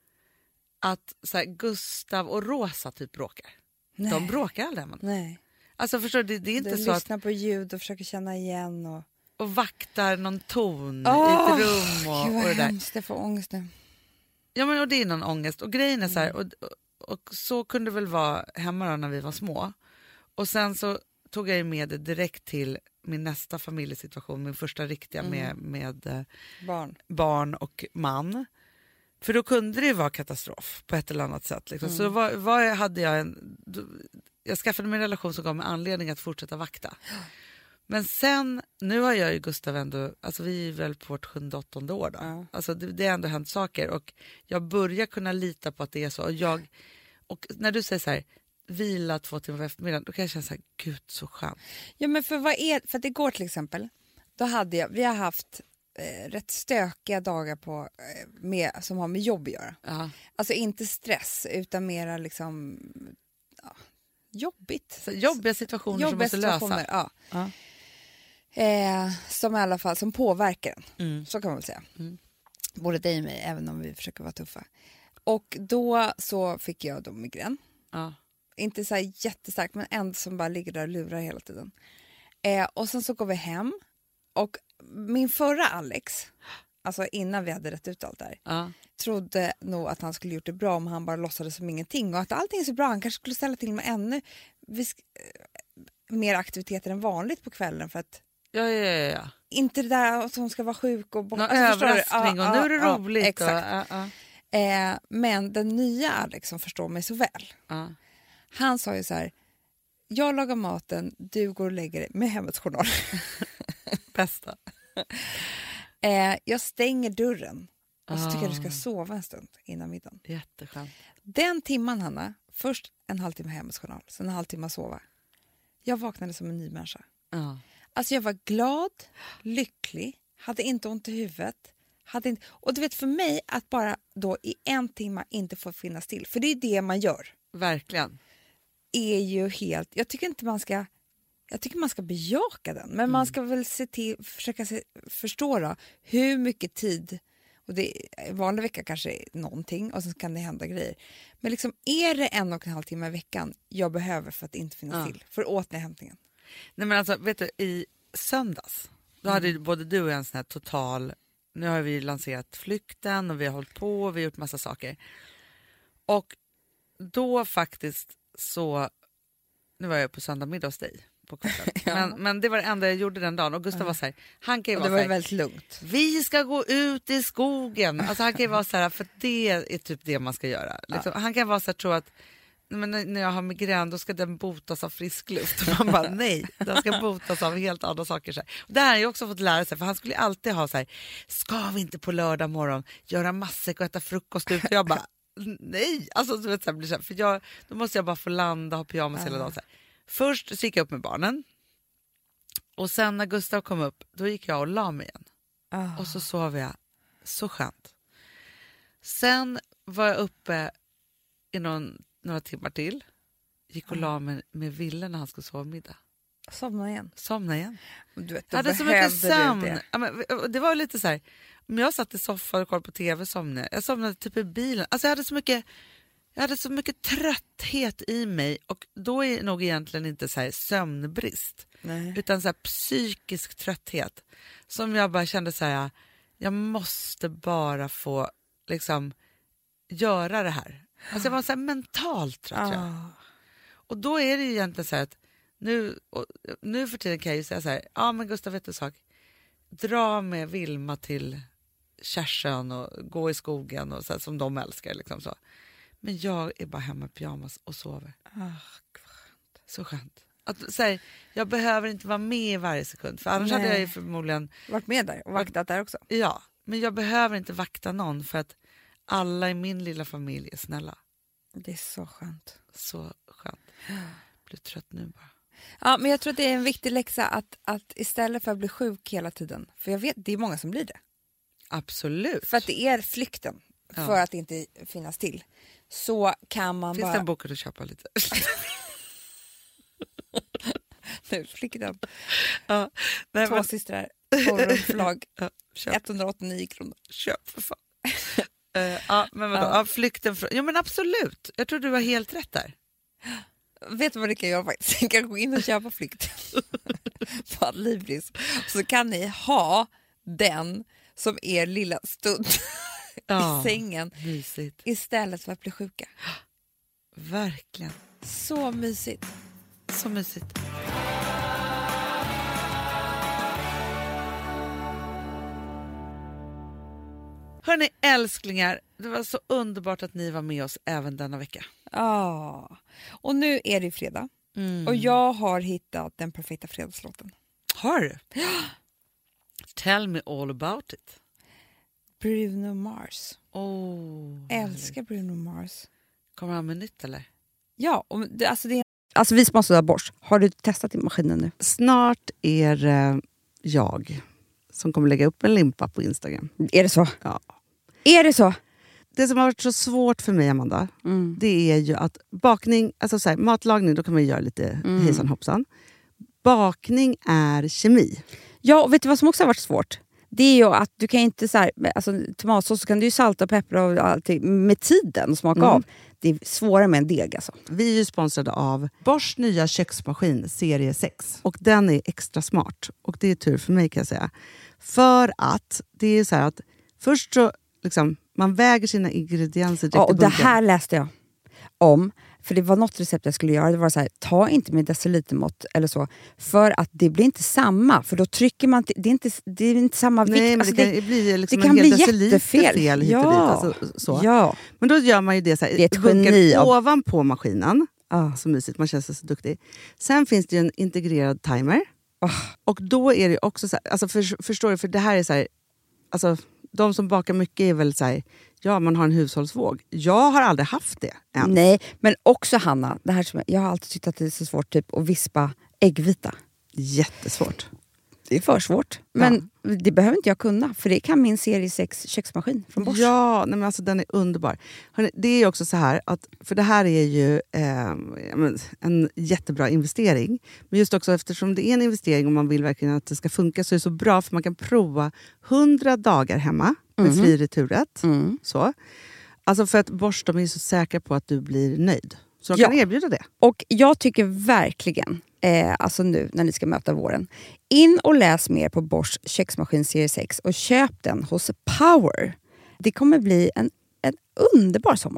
att så här, Gustav och Rosa typ bråkar? Nej. De bråkar aldrig. Men. Nej. Alltså förstår du, det, det är inte Du så att, lyssnar på ljud och försöker känna igen. Och... och vaktar någon ton Åh, i ett rum och, Gud och vad det där. hemskt, jag får ångest nu. Ja, men och det är någon ångest. Och grejen är så här, Mm. och, och så kunde det väl vara hemma då när vi var små. Och sen så tog jag ju med det direkt till min nästa familjesituation, min första riktiga Mm. med, med eh, Barn. barn och man. För då kunde det ju vara katastrof på ett eller annat sätt. Liksom. Mm. Så då var, var, hade jag en... Då, jag skaffade mig en relation som gav mig anledning att fortsätta vakta. Men sen, nu har jag ju Gustav ändå, alltså vi är väl på vårt sjunde, åttonde år då. Ja. Alltså det, det har ändå hänt saker och jag börjar kunna lita på att det är så. Och, jag, och när du säger så här, vila två timmar på eftermiddagen, då kan jag känna så här, gud så skönt. Ja, men för vad är, för att igår till exempel, då hade jag, vi har haft eh, rätt stökiga dagar på, eh, med, som har med jobb att göra. Ja. Alltså inte stress, utan mera liksom, ja, jobbigt. Så jobbiga situationer som Jobbiga måste situationer, lösa. ja. Ja. Eh, som i alla fall som påverkar en. Mm. Så kan man väl säga. Mm. Både dig och mig, även om vi försöker vara tuffa. Och då så fick jag då migrän. Ja. Inte så här jättestarkt, men ändå som bara ligger där och lurar hela tiden. Eh, och sen så går vi hem. Och min förra Alex, alltså innan vi hade rätt ut allt där, Ja. trodde nog att han skulle gjort det bra om han bara låtsades som ingenting. Och att allting är så bra, han kanske skulle ställa till med ännu vis- mer aktiviteter än vanligt på kvällen. För att Ja, ja, ja, ja. inte det där att hon ska vara sjuk och... Någon alltså, förstår du? överraskning Ja, och nu är det ja, roligt. Ja, exakt. Och, ja, Eh, men den nya Alex som förstår mig så väl, ja. han sa ju så här: jag lagar maten, du går och lägger dig med Hemmets Journal. Bästa. eh, jag stänger dörren och så Ah. tycker jag du ska sova en stund innan middagen. Jätteskönt. Den timman, Hanna, först en halvtimme Hemmets Journal, sen en halvtimme sova. Jag vaknade som en ny människa. Ja. Alltså jag var glad, lycklig, hade inte ont i huvudet. Hade inte, och du vet, för mig att bara då i en timme inte få finnas till, för det är det man gör, Verkligen. är ju helt... Jag tycker inte man ska... Jag tycker man ska bejaka den, men man ska väl se till, försöka se, förstå då, hur mycket tid, och det är en vanlig vecka kanske är någonting och sen kan det hända grejer. Men liksom, är det en och en halv timme i veckan jag behöver för att inte finnas Ja. till, för återhämtningen? Nej, men alltså, vet du, i söndags, då hade ju både du och jag en sån här total... Nu har vi lanserat Flykten och vi har hållit på och vi har gjort massa saker. Och då faktiskt så... Nu var jag på söndag middag hos dig på kvällen. Ja. men, men det var det enda jag gjorde den dagen. Och Gustav var så här, han kan ju Och vara det var så ju här, väldigt lugnt. vi ska gå ut i skogen. Alltså han kan ju vara så här, för det är typ det man ska göra. Liksom, han kan vara så här, tro att men när jag har migrän då ska den botas av frisk luft. Och man bara nej, den ska botas av helt andra saker. Så här. Och det här har jag också fått lära sig, för han skulle alltid ha så här, ska vi inte på lördag morgon göra matsäck och äta frukost ut? Och jag bara nej, alltså du vet, så här, blir så här, för jag, då måste jag bara få landa och ha pyjamas hela dagen. Så här. Först så gick jag upp med barnen och sen när Gustav kom upp då gick jag och la mig igen. Ah. Och så sov jag så skönt. Sen var jag uppe i någon, några timmar till. Gick och la mig med Ville när han skulle sova middag. Somna igen. Somna igen. Du vet, Jag hade så mycket sömn. Det. Ja, men, det var lite så här, om jag satt i soffan och kollade på tv somnade jag. Jag somnade typ i bilen. Alltså jag hade så mycket, jag hade så mycket trötthet i mig. Och då är det nog egentligen inte så här sömnbrist. Nej. Utan så här psykisk trötthet. Som jag bara kände så här, jag måste bara få liksom göra det här. Alltså jag var så här mentalt trött. tror jag. Ah. Och då är det ju egentligen så här att nu, och, nu för tiden kan jag ju säga så här, ja men Gustav, vet du en sak? Dra med Vilma till Kärsön och gå i skogen och så här, som de älskar. Liksom så. Men jag är bara hemma i pyjamas och sover. Ah, så skönt. Att, så här, jag behöver inte vara med i varje sekund. För annars Nej. hade jag ju förmodligen... Varit med där och vaktat där också. Ja, men jag behöver inte vakta någon för att alla i min lilla familj är snälla. Det är så skönt. Så skönt. Jag blir trött nu bara. Ja, men jag tror att det är en viktig läxa att, att istället för att bli sjuk hela tiden, för jag vet det är många som blir det. Absolut. För att det är flykten Ja. för att inte finnas till. Så kan man Finns bara... det en bok att köpa lite? Nu, flykten. Ja. Nej, Två men, systrar, förlag, ja, köp, etthundraåttionio kronor. köp för fan. uh, ja, men vadå? Ja. Ja, flykten från... Ja, men absolut. Jag tror du har helt rätt där. Vet du vad det kan göra faktiskt? Ni kan gå in och köpa flykten på Adlibris. Så kan ni ha den som er lilla stund Ja, i sängen mysigt. istället för att bli sjuka. Verkligen. Så mysigt. Så mysigt. Hörrni älsklingar, det var så underbart att ni var med oss även denna vecka. Ja. Och nu är det fredag. Mm. Och jag har hittat den perfekta fredagslåten. Har du? Tell me all about it. Bruno Mars. Oh, Älskar Bruno Mars. kommer han med nytt eller? Ja, och det, alltså det är... Alltså vi sponsrar Bosch. Har du testat i maskinen nu? Snart är eh, jag som kommer lägga upp en limpa på Instagram. Är det så? Ja. Är det så? Det som har varit så svårt för mig, Amanda, Mm. det är ju att bakning, alltså så här, matlagning, då kan man ju göra lite Mm. hejsan hoppsan. Bakning är kemi. Ja, och vet du vad som också har varit svårt? Det är ju att du kan inte så här, alltså tomatsås så kan du ju salta och peppra och allting med tiden och smaka Mm. av. Det är svårare med en deg alltså. Vi är ju sponsrade av Bosch nya köksmaskin serie sex. Och den är extra smart. Och det är tur för mig kan jag säga. För att det är så här att först så liksom, man väger sina ingredienser direkt Ja, och i det bunken. här läste jag om. För det var något recept jag skulle göra. Det var så här, ta inte med decilitermått eller så. För att det blir inte samma. För då trycker man... Till, det, är inte, det är inte samma vikt. Nej, men Alltså, det kan det, bli liksom det kan en hel bli deciliter jättefel. fel hit och dit. Ja. Alltså, så. ja. Men då gör man ju det så här, Det är ett i bunken geni av- ovanpå maskinen. Ah. Så mysigt, man känns så duktig. Sen finns det ju en integrerad timer. Ah. Och då är det också så här, alltså för, förstår du, för det här är så här, alltså de som bakar mycket är väl så här, ja man har en hushållsvåg. Jag har aldrig haft det än. Nej, men också Hanna. Det här som jag, jag har alltid tyckt att det är så svårt typ, att vispa äggvita. Jättesvårt. Det är för svårt. Men det behöver inte jag kunna. För det kan min serie sex köksmaskin från Bosch. Ja, nej men alltså den är underbar. Hörrni, det är också så här, att, för det här är ju eh, en jättebra investering. Men just också eftersom det är en investering och man vill verkligen att det ska funka så är det så bra för man kan prova hundra dagar hemma med Mhm. fri returrätt. Mm. Så. Alltså för att Bosch, de är så säkra på att du blir nöjd. Så de Ja. kan erbjuda det. Och jag tycker verkligen, eh, alltså nu när ni ska möta våren, in och läs mer på Bosch köksmaskin serie sex och köp den hos Power. Det kommer bli en, en underbar sommar.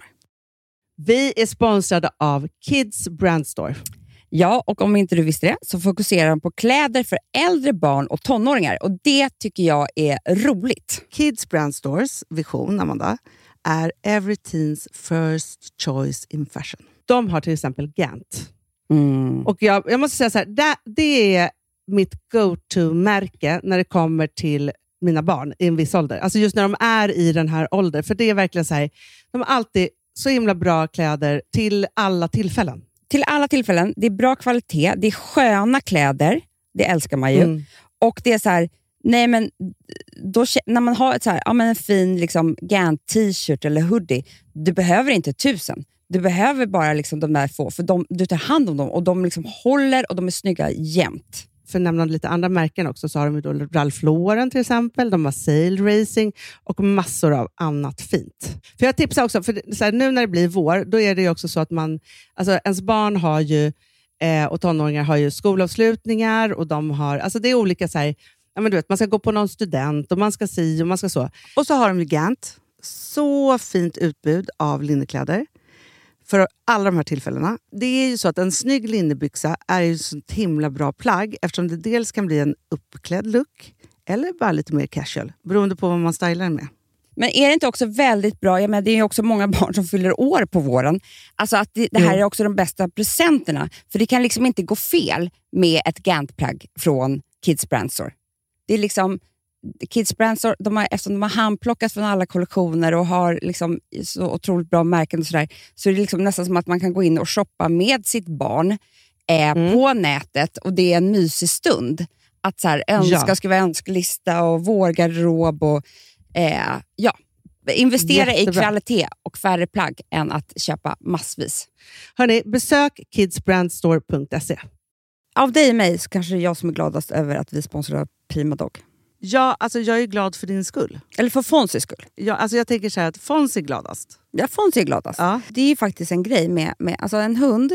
Vi är sponsrade av Kids Brand Store. Ja, och om inte du visste det så fokuserar de på kläder för äldre barn och tonåringar. Och det tycker jag är roligt. Kids Brand Stores vision, Amanda, är every teens first choice in fashion. De har till exempel Gant. Mm. Och jag, jag måste säga så här, det, det är mitt go-to-märke när det kommer till mina barn i en viss ålder. Alltså just när de är i den här åldern. För det är verkligen så här, de har alltid så himla bra kläder till alla tillfällen. Till alla tillfällen, det är bra kvalitet, det är sköna kläder, det älskar man ju. Mm. Och det är så här, nej men då, kä- när man har ett så här, ja, men en fin liksom, Gant t-shirt eller hoodie, du behöver inte tusen. Du behöver bara liksom, de där få, för de, du tar hand om dem och de liksom håller och de är snygga jämt. För att nämna lite andra märken också så har de ju då Ralph Lauren till exempel, de har Sail Racing och massor av annat fint. För jag tipsar också, för så här, nu när det blir vår, då är det ju också så att man, alltså ens barn har ju, eh, och tonåringar har ju skolavslutningar och de har, alltså det är olika så här, ja men du vet, man ska gå på någon student och man ska si och man ska så. Och så har de ju Gant, så fint utbud av linnekläder. För alla de här tillfällena. Det är ju så att en snygg linnebyxa är ju ett sånt himla bra plagg eftersom det dels kan bli en uppklädd look eller bara lite mer casual beroende på vad man stylar med. Men är det inte också väldigt bra, jag menar, det är ju också många barn som fyller år på våren, alltså att det, det här mm. är också de bästa presenterna, för det kan liksom inte gå fel med ett Gant-plagg från Kids Brand Store. Det är liksom Kids Brand Store, de har, eftersom de har handplockat från alla kollektioner och har liksom så otroligt bra märken och sådär, så är det liksom nästan som att man kan gå in och shoppa med sitt barn eh, mm. på nätet, och det är en mysig stund att så här, önska, ja. skriva önskelista och vårgarderob och eh, ja, investera Jättebra. i kvalitet och färre plagg än att köpa massvis. Hörrni, besök kids brand store punkt se. Av dig och mig så kanske det är jag som är gladast över att vi sponsrar Prima Dog. Ja, alltså jag är glad för din skull. Eller för Fonzys skull. Ja, alltså jag tänker så här att Fonzie är gladast. Ja, Fonzie är gladast. Ja. Det är ju faktiskt en grej med, med alltså en hund.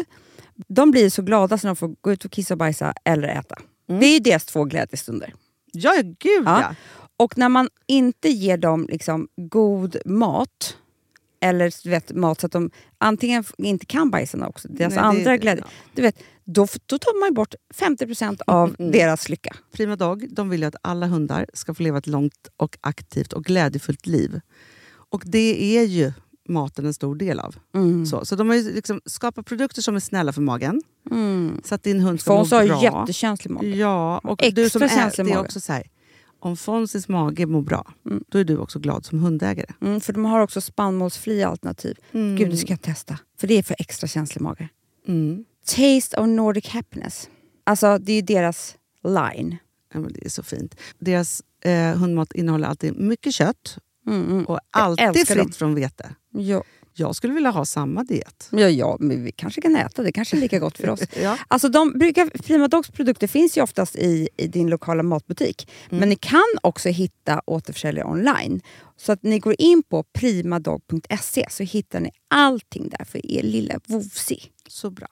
De blir så glada när de får gå ut och kissa och bajsa eller äta. Mm. Det är ju deras två glädjestunder. Ja, gud ja. ja. Och när man inte ger dem liksom god mat, eller du vet, mat så att de antingen inte kan bajsa också, deras Nej, andra det, glädje, ja. du vet, då, då tar man bort femtio procent av mm. deras lycka. Prima Dog, de vill ju att alla hundar ska få leva ett långt och aktivt och glädjefullt liv. Och det är ju maten en stor del av. Mm. Så, så de har ju liksom skapat produkter som är snälla för magen. Mm. Så att din hund ska må bra. Fons har jättekänslig mage. Ja, och extra du som känslig är, det är mage. också så här, om Fonzies mage mår bra, mm. då är du också glad som hundägare. Mm, för de har också spannmålsfria alternativ. Mm. Gud, det ska jag testa. För det är för extra känslig mage. Mm. Taste of Nordic Happiness. Alltså, det är ju deras line. Ja, men det är så fint. Deras eh, hundmat innehåller alltid mycket kött. Mm. Och alltid fritt dem. från vete. Ja. Jag skulle vilja ha samma diet. Ja, ja, men vi kanske kan äta. Det kanske är lika gott för oss. ja. Alltså, de brukar, Prima Dogs produkter finns ju oftast i, i din lokala matbutik. Mm. Men ni kan också hitta återförsäljare online. Så att ni går in på primadog punkt se så hittar ni allting där för er lilla vovsi. Så bra.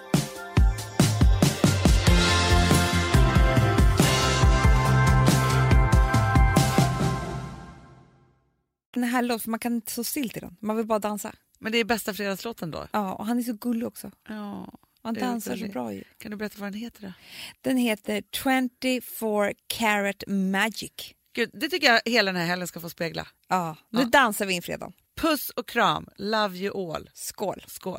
Den här låten, man kan inte stå still till den. Man vill bara dansa. Men det är bästa fredagslåten då? Ja, och han är så gullig också. Ja, han dansar så bra ju. Kan du berätta vad den heter då? Den heter twenty-four karat magic. Gud, det tycker jag hela den här helgen ska få spegla. Ja, nu ja. dansar vi in fredag. Puss och kram. Love you all. Skål. Skål.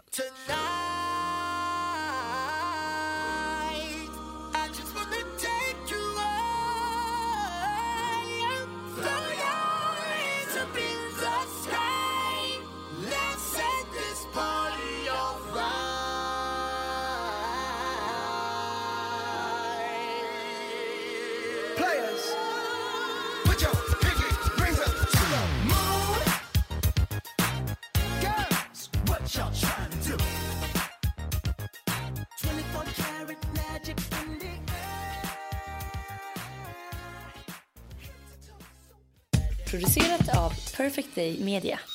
Producerat av Perfect Day Media.